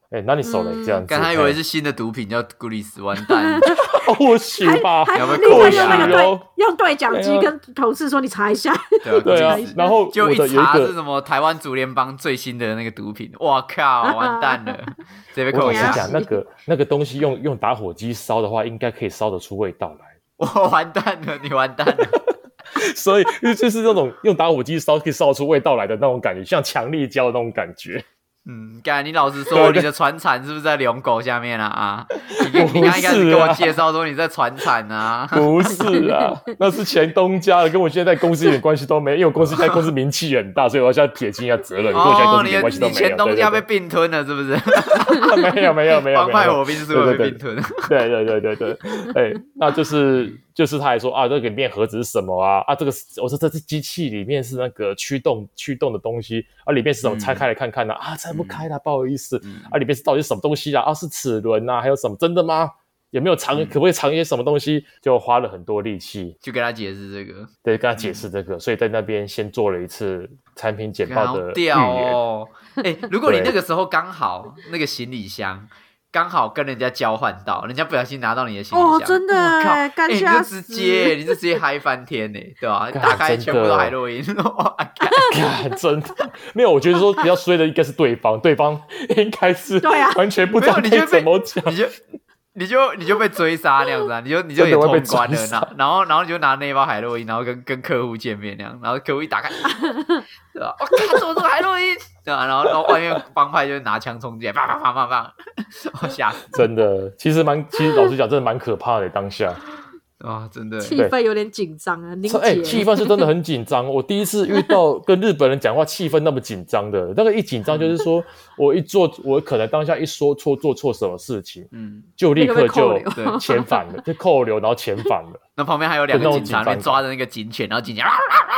哎、欸，那你手嘞、嗯、这样子？ 刚才以为是新的毒品叫 Gullis， 完蛋， 或许吧， 还还立刻用那个对用对讲机跟同事说你查一下， 对啊， 对啊，然后就一查是什么台湾竹联帮最新的那个毒品，哇靠，完蛋了，这边扣一下。我跟你讲，那个那个东西用用打火机烧的话，应该可以烧得出味道来。 我完蛋了，你完蛋了。 所以就是那种用打火机烧可以烧出味道来的那种感觉，像强力胶的那种感觉。 嗯，干，你老实说，你的传产是不是在龙狗下面啊？啊，你你刚一开始跟我介绍说你在传产啊？ 不是啊，那是前东家的，跟我现在在公司一点关系都没有，因为我公司现在公司名气很大，所以我现在撇清一下责任。跟我现在公司一点关系都没有。 你前东家被并吞了，是不是？ 没有没有没有， 帮派火兵是会被并吞。 对对对对对，哎，那就是就是他还说啊，这个里面盒子是什么啊？啊，这个我说这是机器里面是那个驱动驱动的东西啊，里面是什么？拆开来看看呢？啊，拆不开啦，不好意思啊，里面是到底是什么东西啊？啊，是齿轮啊，还有什么？真的吗？有没有藏？可不可以藏一些什么东西？就花了很多力气， 就跟他解释这个， 对，跟他解释这个，所以在那边先做了一次产品简报的预言。 哦，哎，如果你那个时候刚好那个行李箱刚好跟人家交换到，人家不小心拿到你的行李箱， 哦，真的，我靠， 哎、欸，你就直接，你就直接嗨翻天呢，对吧？打开全部都海洛因，哇， 真的没有，我觉得说比较衰的应该是对方，对方应该是对啊， 完全不知道该怎么讲， 你就你就你就被追杀那样子啊，你就你就也通关了，然后然后然后你就拿那包海洛因，然后跟跟客户见面那样，然后客户一打开，对吧？我靠，怎么是海洛因？对吧？然后然后外面帮派就拿枪冲进来，啪啪啪啪啪，我吓死！ 真的，其实蛮，其实老实讲，真的蛮可怕的当下。 啊，真的， 气氛有点紧张啊，凝结。 哎，气氛是真的很紧张。我第一次遇到跟日本人讲话，气氛那么紧张的，那个一紧张就是说我一做，我可能当下一说错，做错什么事情，嗯，就立刻就遣返了，就扣留，然后遣返了。 那旁边还有两个警察，那边抓着那个警犬，然后警察。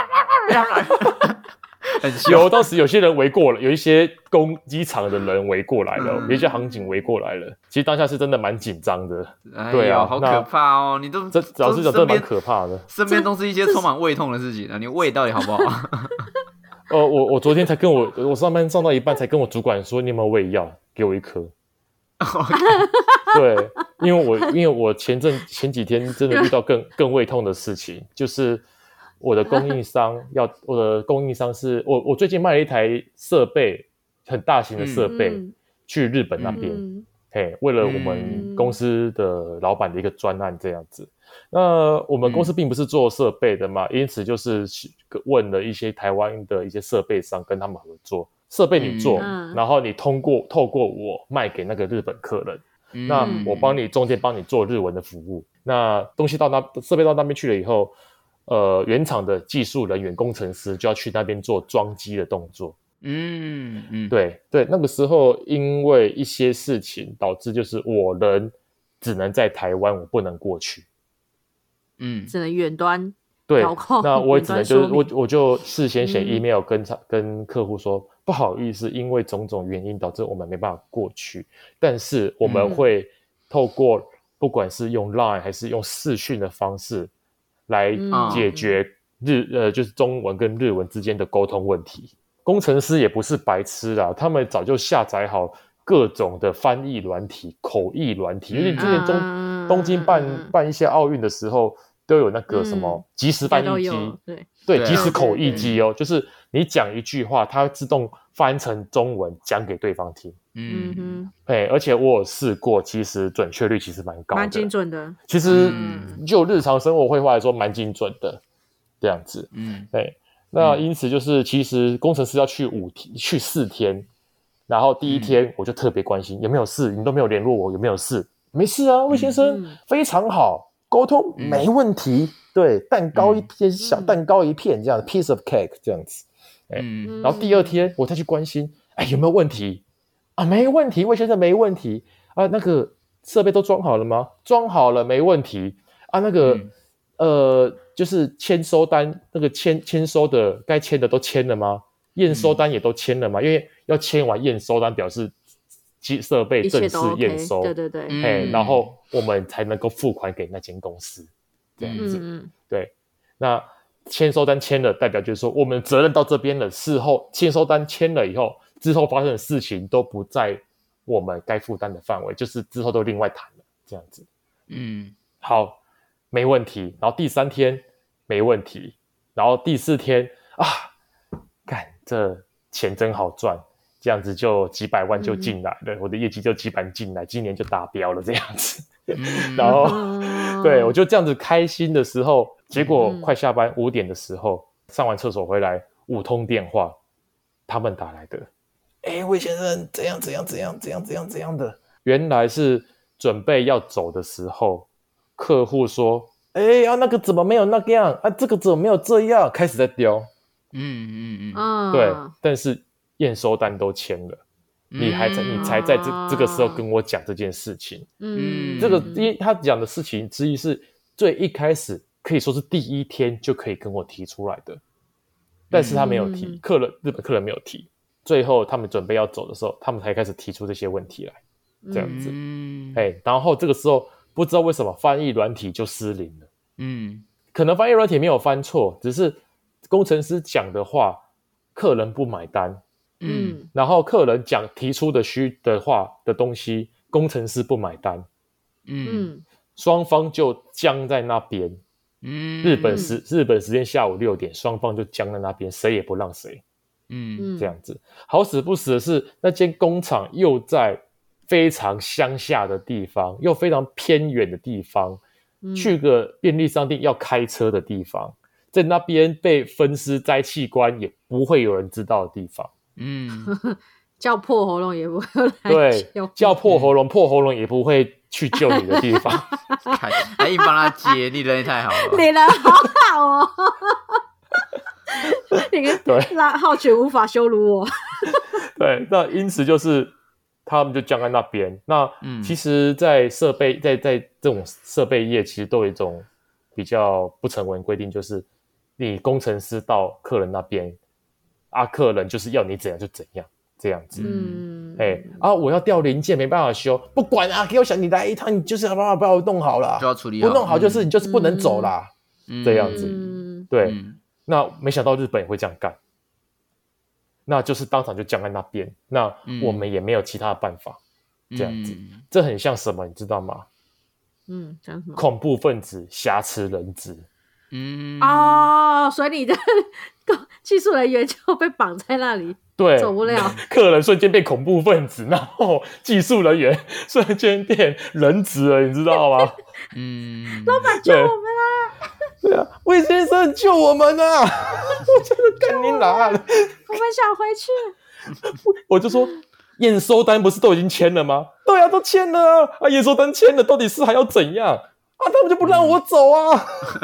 有当时有些人围过了，有一些攻机场的人围过来了，嗯、有一些航警围过来了。其实当下是真的蛮紧张的， 哎、 对啊， 好可怕哦！你都这老实讲，真的蛮可怕的。 身边都是一些充满胃痛的事情啊，你胃到底好不好？ 呃，我我昨天才跟我我上班上到一半才跟我主管说，你有没有胃药？给我一颗。对，因为我因为我前阵前几天真的遇到更更胃痛的事情，就是我的供应商要我的供应商是我我最近卖了一台设备，很大型的设备、嗯、去日本那边、嗯、嘿，为了我们公司的老板的一个专案这样子。那我们公司并不是做设备的嘛、嗯、因此就是问了一些台湾的一些设备商跟他们合作，设备你做、嗯、然后你通过透过我卖给那个日本客人、嗯、那我帮你中间帮你做日文的服务，那东西到那设备到那边去了以后，呃，原厂的技术人员工程师就要去那边做装机的动作。 嗯嗯， 对对，那个时候因为一些事情导致就是我人只能在台湾，我不能过去。 嗯，只能远端。 对，那我也只能就是我我就事先写 email 跟、嗯、跟客户说，不好意思，因为种种原因导致我们没办法过去，但是我们会透过不管是用 Line 还是用视讯的方式来解决日、嗯、呃就是中文跟日文之间的沟通问题。工程师也不是白痴啦，他们早就下载好各种的翻译软体、口译软体，因为之前中、嗯、东京办、嗯、办一些奥运的时候。都有那个什么即时翻译机、嗯，对对，即时口译机哦，就是你讲一句话，它会自动翻成中文讲给对方听。嗯哼，哎，而且我有试过，其实准确率其实蛮高的， 蛮精准的。 其实、嗯、就日常生活绘画来说，蛮精准的这样子。嗯，对。那因此就是，其实工程师要去五天，去四天，然后第一天我就特别关心、嗯、有没有事，你都没有联络我，有没有事？没事啊，魏先生、嗯、非常好。沟通没问题、嗯、对，蛋糕一片、嗯、小蛋糕一片这样 piece of cake 这样子、欸嗯、然后第二天我再去关心哎有没有问题啊？没问题，魏先生没问题啊。那个设备都装好了吗？装好了，没问题啊。那个、嗯、呃就是签收单，那个签签收的该签的都签了吗？验收单也都签了吗？嗯、因为要签完验收单表示设备正式验收、 OK、对对对、 嗯、然后我们才能够付款给那间公司这样子、嗯、对。那签收单签了代表就是说我们责任到这边了，事后签收单签了以后之后发生的事情都不在我们该负担的范围，就是之后都另外谈了这样子。 嗯， 好，没问题。然后第三天没问题，然后第四天啊，干这钱真好赚，这样子就几百万就进来了，嗯、我的业绩就几百万进来，今年就达标了这样子。嗯、然后、嗯、对我就这样子开心的时候，结果快下班五点的时候，上完厕所回来，五通电话，他们打来的。哎，魏先生，怎样怎样怎样怎样怎样怎样的？原来是准备要走的时候，客户说：“哎啊，那个怎么没有那个样啊？这个怎么没有这样？”开始在丢。嗯嗯嗯，对，但是验收单都签了，嗯、你还在，你才在这这个时候跟我讲这件事情。嗯，这个因为他讲的事情之一是最一开始可以说是第一天就可以跟我提出来的，但是他没有提，嗯、客人日本客人没有提。最后他们准备要走的时候，他们才开始提出这些问题来，这样子。嗯，欸、然后这个时候不知道为什么翻译软体就失灵了。嗯，可能翻译软体没有翻错，只是工程师讲的话，客人不买单。嗯，然后客人讲提出的需的话的东西，工程师不买单。嗯，双方就僵在那边。嗯，日本时日本时间下午六点，双方就僵在那边，谁也不让谁。嗯，这样子。好死不死的是，那间工厂又在非常乡下的地方，又非常偏远的地方，嗯、去个便利商店要开车的地方，在那边被分尸摘器官也不会有人知道的地方。嗯， 叫破喉咙也不会来对，叫破喉咙，破喉咙也不会去救你的地方。 还硬帮他接，你人也太好了， 你人好好哦。你个浩全无法羞辱我。 对，那因此就是他们就僵在那边。那、嗯、其实，在设备在在这种设备业，其实都有一种比较不成文规定，就是你工程师到客人那边，啊，客人就是要你怎样就怎样，这样子。嗯，哎、欸、啊，我要调零件没办法修，不管啊，给我想你来一趟，你就是要把把我弄好了， 就要处理好， 不弄好就是、嗯、你就是不能走啦，嗯、这样子。嗯、对。嗯，那没想到日本也会这样干，那就是当场就僵在那边，那我们也没有其他的办法，嗯、这样子，嗯、这很像什么，你知道吗？ 嗯，讲什么？ 恐怖分子挟持人质。 嗯，哦，所以你的技术人员就被绑在那里， 对， 走不了。 客人瞬间变恐怖分子，然后技术人员瞬间变人质了，你知道吗？ 嗯，老板救我们啊！ 对啊，魏先生救我们啊！我真的赶紧来，我们想回去。 我就说验收单不是都已经签了吗？对啊，都签了啊！啊，验收单签了，到底是还要怎样啊？他们就不让我走啊！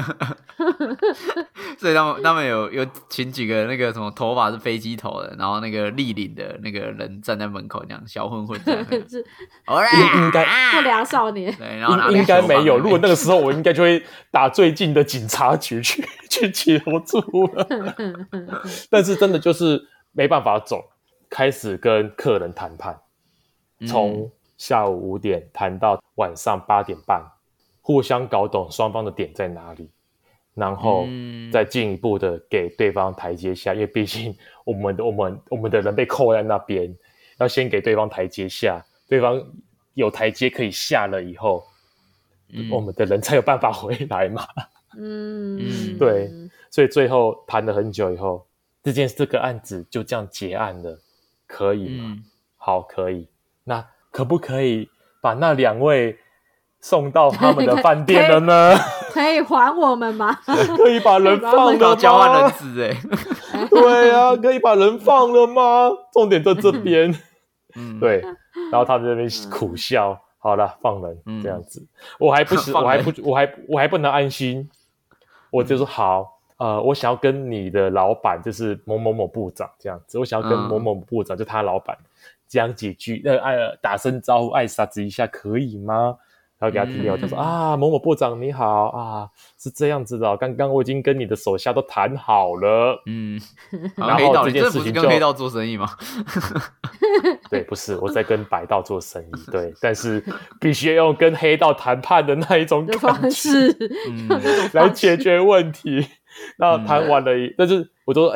所以他们他们有有请几个那个什么头发是飞机头的，然后那个立领的那个人站在门口，那样小混混这样。 应应该不良少年。 对，然后应该没有。如果那个时候我应该就会打最近的警察局去去求助了。但是真的就是没办法走，开始跟客人谈判，从下午五点谈到晚上八点半。互相搞懂双方的点在哪里，然后再进一步的给对方台阶下，因为毕竟我们的我们我们的人被扣在那边，要先给对方台阶下，对方有台阶可以下了以后，嗯、我们的人才有办法回来嘛。嗯，对，所以最后谈了很久以后，这件这个案子就这样结案了，可以吗？嗯、好，可以。那可不可以把那两位送到他们的饭店了呢？ 可以, 可以还我们吗？ 可以把人放了吗？ 交换人质哎，对啊，可以把人放了吗？重点在这边，嗯，对。然后他在那边苦笑，嗯、好了，放人、嗯、这样子，我还不是，我还不，我还我还不能安心，我就说好，呃，我想要跟你的老板，就是某某某部长这样子，我想要跟某某某部长，嗯、就他老板讲几句，呃，呃打声招呼，爱撒子一下，可以吗？然后给他听掉，就说、嗯、啊，某某部长你好啊，是这样子的、哦，刚刚我已经跟你的手下都谈好了，嗯，然后这件事情就跟黑道做生意吗？ 对，不是我在跟白道做生意，对，但是必须要用跟黑道谈判的那一种方式， 嗯，来解决问题。那谈完了，嗯、但是我就说，哎、欸，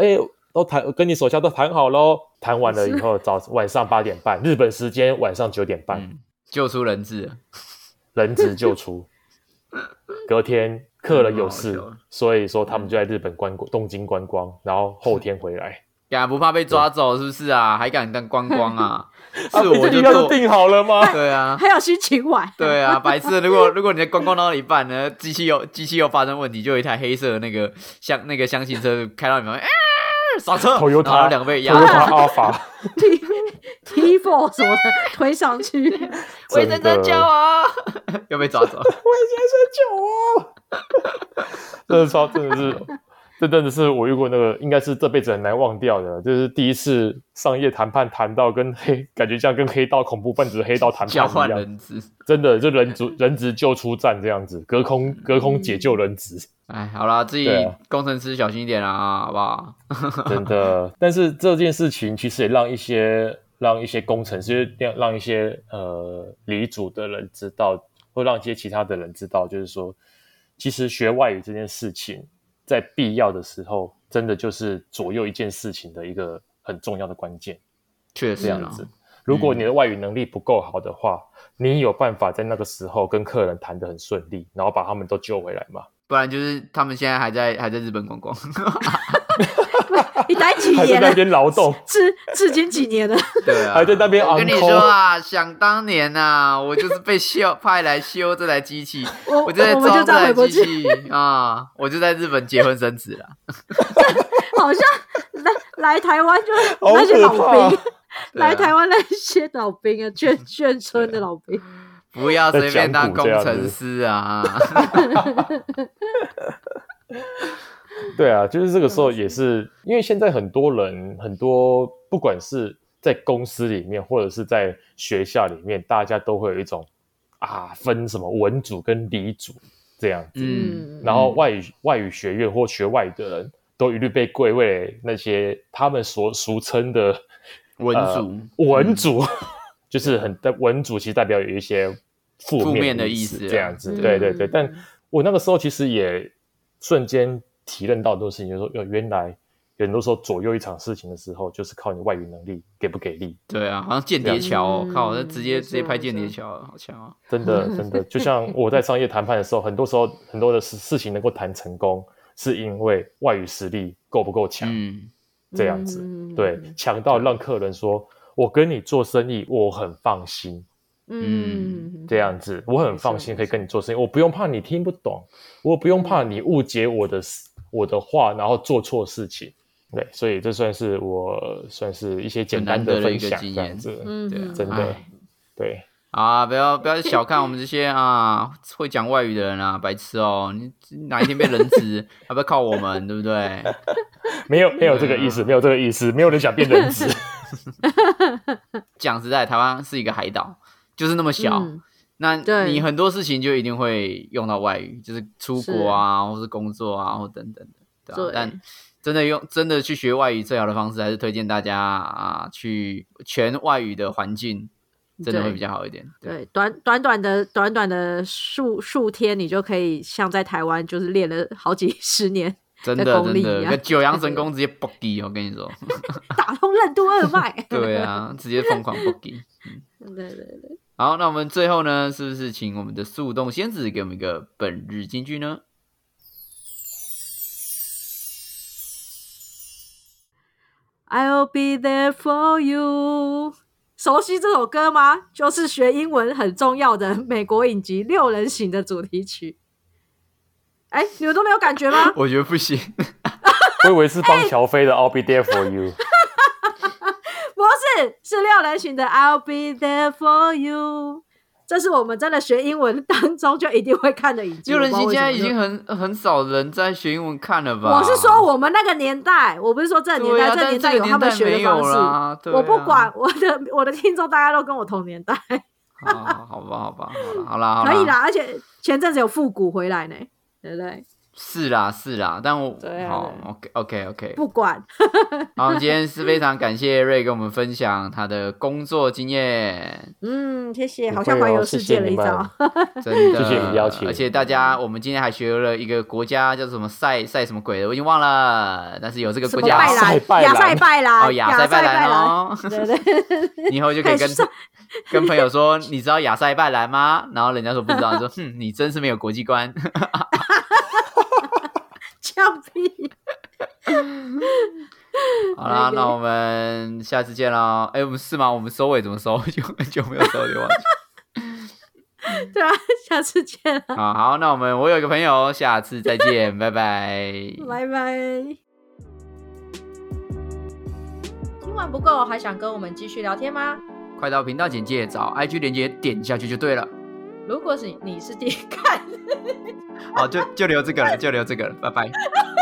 都谈跟你手下都谈好咯，谈完了以后早晚上八点半，日本时间晚上九点半、嗯、 救出人质了， 人质救出。隔天客人有事、嗯、所以说他们就在日本观光、嗯、东京观光，然后后天回来。 呀，不怕被抓走是不是啊？还敢当观光啊？是啊我就做定好了吗？ 对啊， 还有心情玩。 对啊，白痴！如果如果你在观光到一半呢，机器又机器又发生问题，就有一台黑色的那个箱那个箱型车开到你旁边，刹车，然后两个被压 ，Toyota Alpha T T 四 什么的推上去， 卫生证救我，又被抓走，卫生证救我，真的超真的是。这真的是我遇过那个，应该是这辈子很难忘掉的，就是第一次商业谈判谈到跟黑，感觉像跟黑道恐怖分子黑道谈判一样， 交换人质， 真的就人质人质救出战这样子，隔空隔空解救人质。 哎，好啦，自己工程师小心一点啦，好不好？ 真的，但是这件事情其实也让一些让一些工程师，让一些呃理组的人知道，或让一些其他的人知道，就是说，其实学外语这件事情。在必要的时候，真的就是左右一件事情的一个很重要的关键。 确实这样子，如果你的外语能力不够好的话、嗯、你有办法在那个时候跟客人谈得很顺利，然后把他们都救回来吗？ 不然就是他们现在还在还在日本观光。 你待几年了？ 还在那边劳动， 至至今几年了？ 对啊， 还在那边。 我跟你说啊，想当年啊，我就是被修派来修这台机器， 我, 我就在装这台机器啊，我就在日本结婚生子了。 好像来来台湾就是那些老兵，来台湾那些老兵啊，眷眷村的老兵。 不要随便当工程师啊！ 对啊，就是这个时候也是，因为现在很多人，很多不管是在公司里面，或者是在学校里面，大家都会有一种啊，分什么文组跟理组这样子。嗯，然后外语外语学院或学外语的人都一律被归为那些他们所俗称的文组， 呃、文组。就是很文组，其实代表有一些负面的意思，这样子，嗯、对对对。但我那个时候其实也瞬间体认到很多事情，就是说，原来有很多时候左右一场事情的时候，就是靠你外语能力给不给力。 对啊，好像间谍桥哦，嗯、靠，那直接直接拍间谍桥，好强啊！ 真的真的，就像我在商业谈判的时候，很多时候很多的事事情能够谈成功，是因为外语实力够不够强，嗯、这样子，嗯、对，强到让客人说。我跟你做生意，我很放心，嗯，这样子，我很放心可以跟你做生意，我不用怕你听不懂，我不用怕你误解我的我的话，然后做错事情，对，所以这算是我算是一些简单的分享，这样子，嗯，对，真的，对。 啊，不要不要小看我们这些啊会讲外语的人啊，白痴哦！你哪一天被人质，要不要靠我们，对不对？ 没有没有这个意思，没有这个意思，没有人想变人质。 讲实在，台湾是一个海岛，就是那么小，嗯、那你很多事情就一定会用到外语，就是出国啊，或是工作啊，或等等的，对吧？但真的用真的去学外语，最好的方式还是推荐大家啊，去全外语的环境。真的会比较好一点。 对，对短短短的短短的数数天，你就可以像在台湾就是练了好几十年的功力一样。真的，真的， 九阳神功直接爆击，我跟你说， 打通任督二脉。 对啊，直接疯狂爆击。 嗯，对对对。 好，那我们最后呢，是不是请我们的速冻仙子给我们一个本日金句呢 ？I'll be there for you。熟悉这首歌吗？就是学英文很重要的美国影集《六人行》的主题曲。哎，你们都没有感觉吗？ 我觉得不行。 我以为是帮乔飞的 I'll be there for you。 不是，是六人行的 I'll be there for you。这是我们真的学英文当中就一定会看的影集。 六人行现在已经很很少人在学英文看了吧？ 我是说我们那个年代，我不是说这个年代，啊、这个年代有他们学的方式。啊、我不管，我的我的听众大家都跟我同年代。 好, 好吧，好吧，好啦，好啦， 可以啦，而且前阵子有复古回来呢，对不对？ 是啦是啦，但我对啊好 OK OK OK， 不管。 好，今天是非常感谢瑞跟我们分享他的工作经验。 嗯，谢谢， 不会哦好像环游世界了一遭。 真的， 谢谢你邀请而且大家，我们今天还学了一个国家叫做什么塞塞什么鬼的，我已经忘了，但是有这个国家拜兰，亚塞拜兰， 哦，亚塞拜兰哦， 对对， 你以后就可以跟跟朋友说，你知道亚塞拜兰吗？然后人家说不知道，你说哼，你真是没有国际观。 俏皮。 好啦，那我们下次见喽。哎，我们是吗？我们收尾怎么收？就很久没有收，就忘记。 对啊，下次见了。 好好，那我们我有一个朋友，下次再见，拜拜， 拜拜。听完不够，还想跟我们继续聊天吗？ 快到频道简介找 I G 连结点下去就对了。 如果是你是第一看， 好，就就留这个了，就留这个了，拜拜。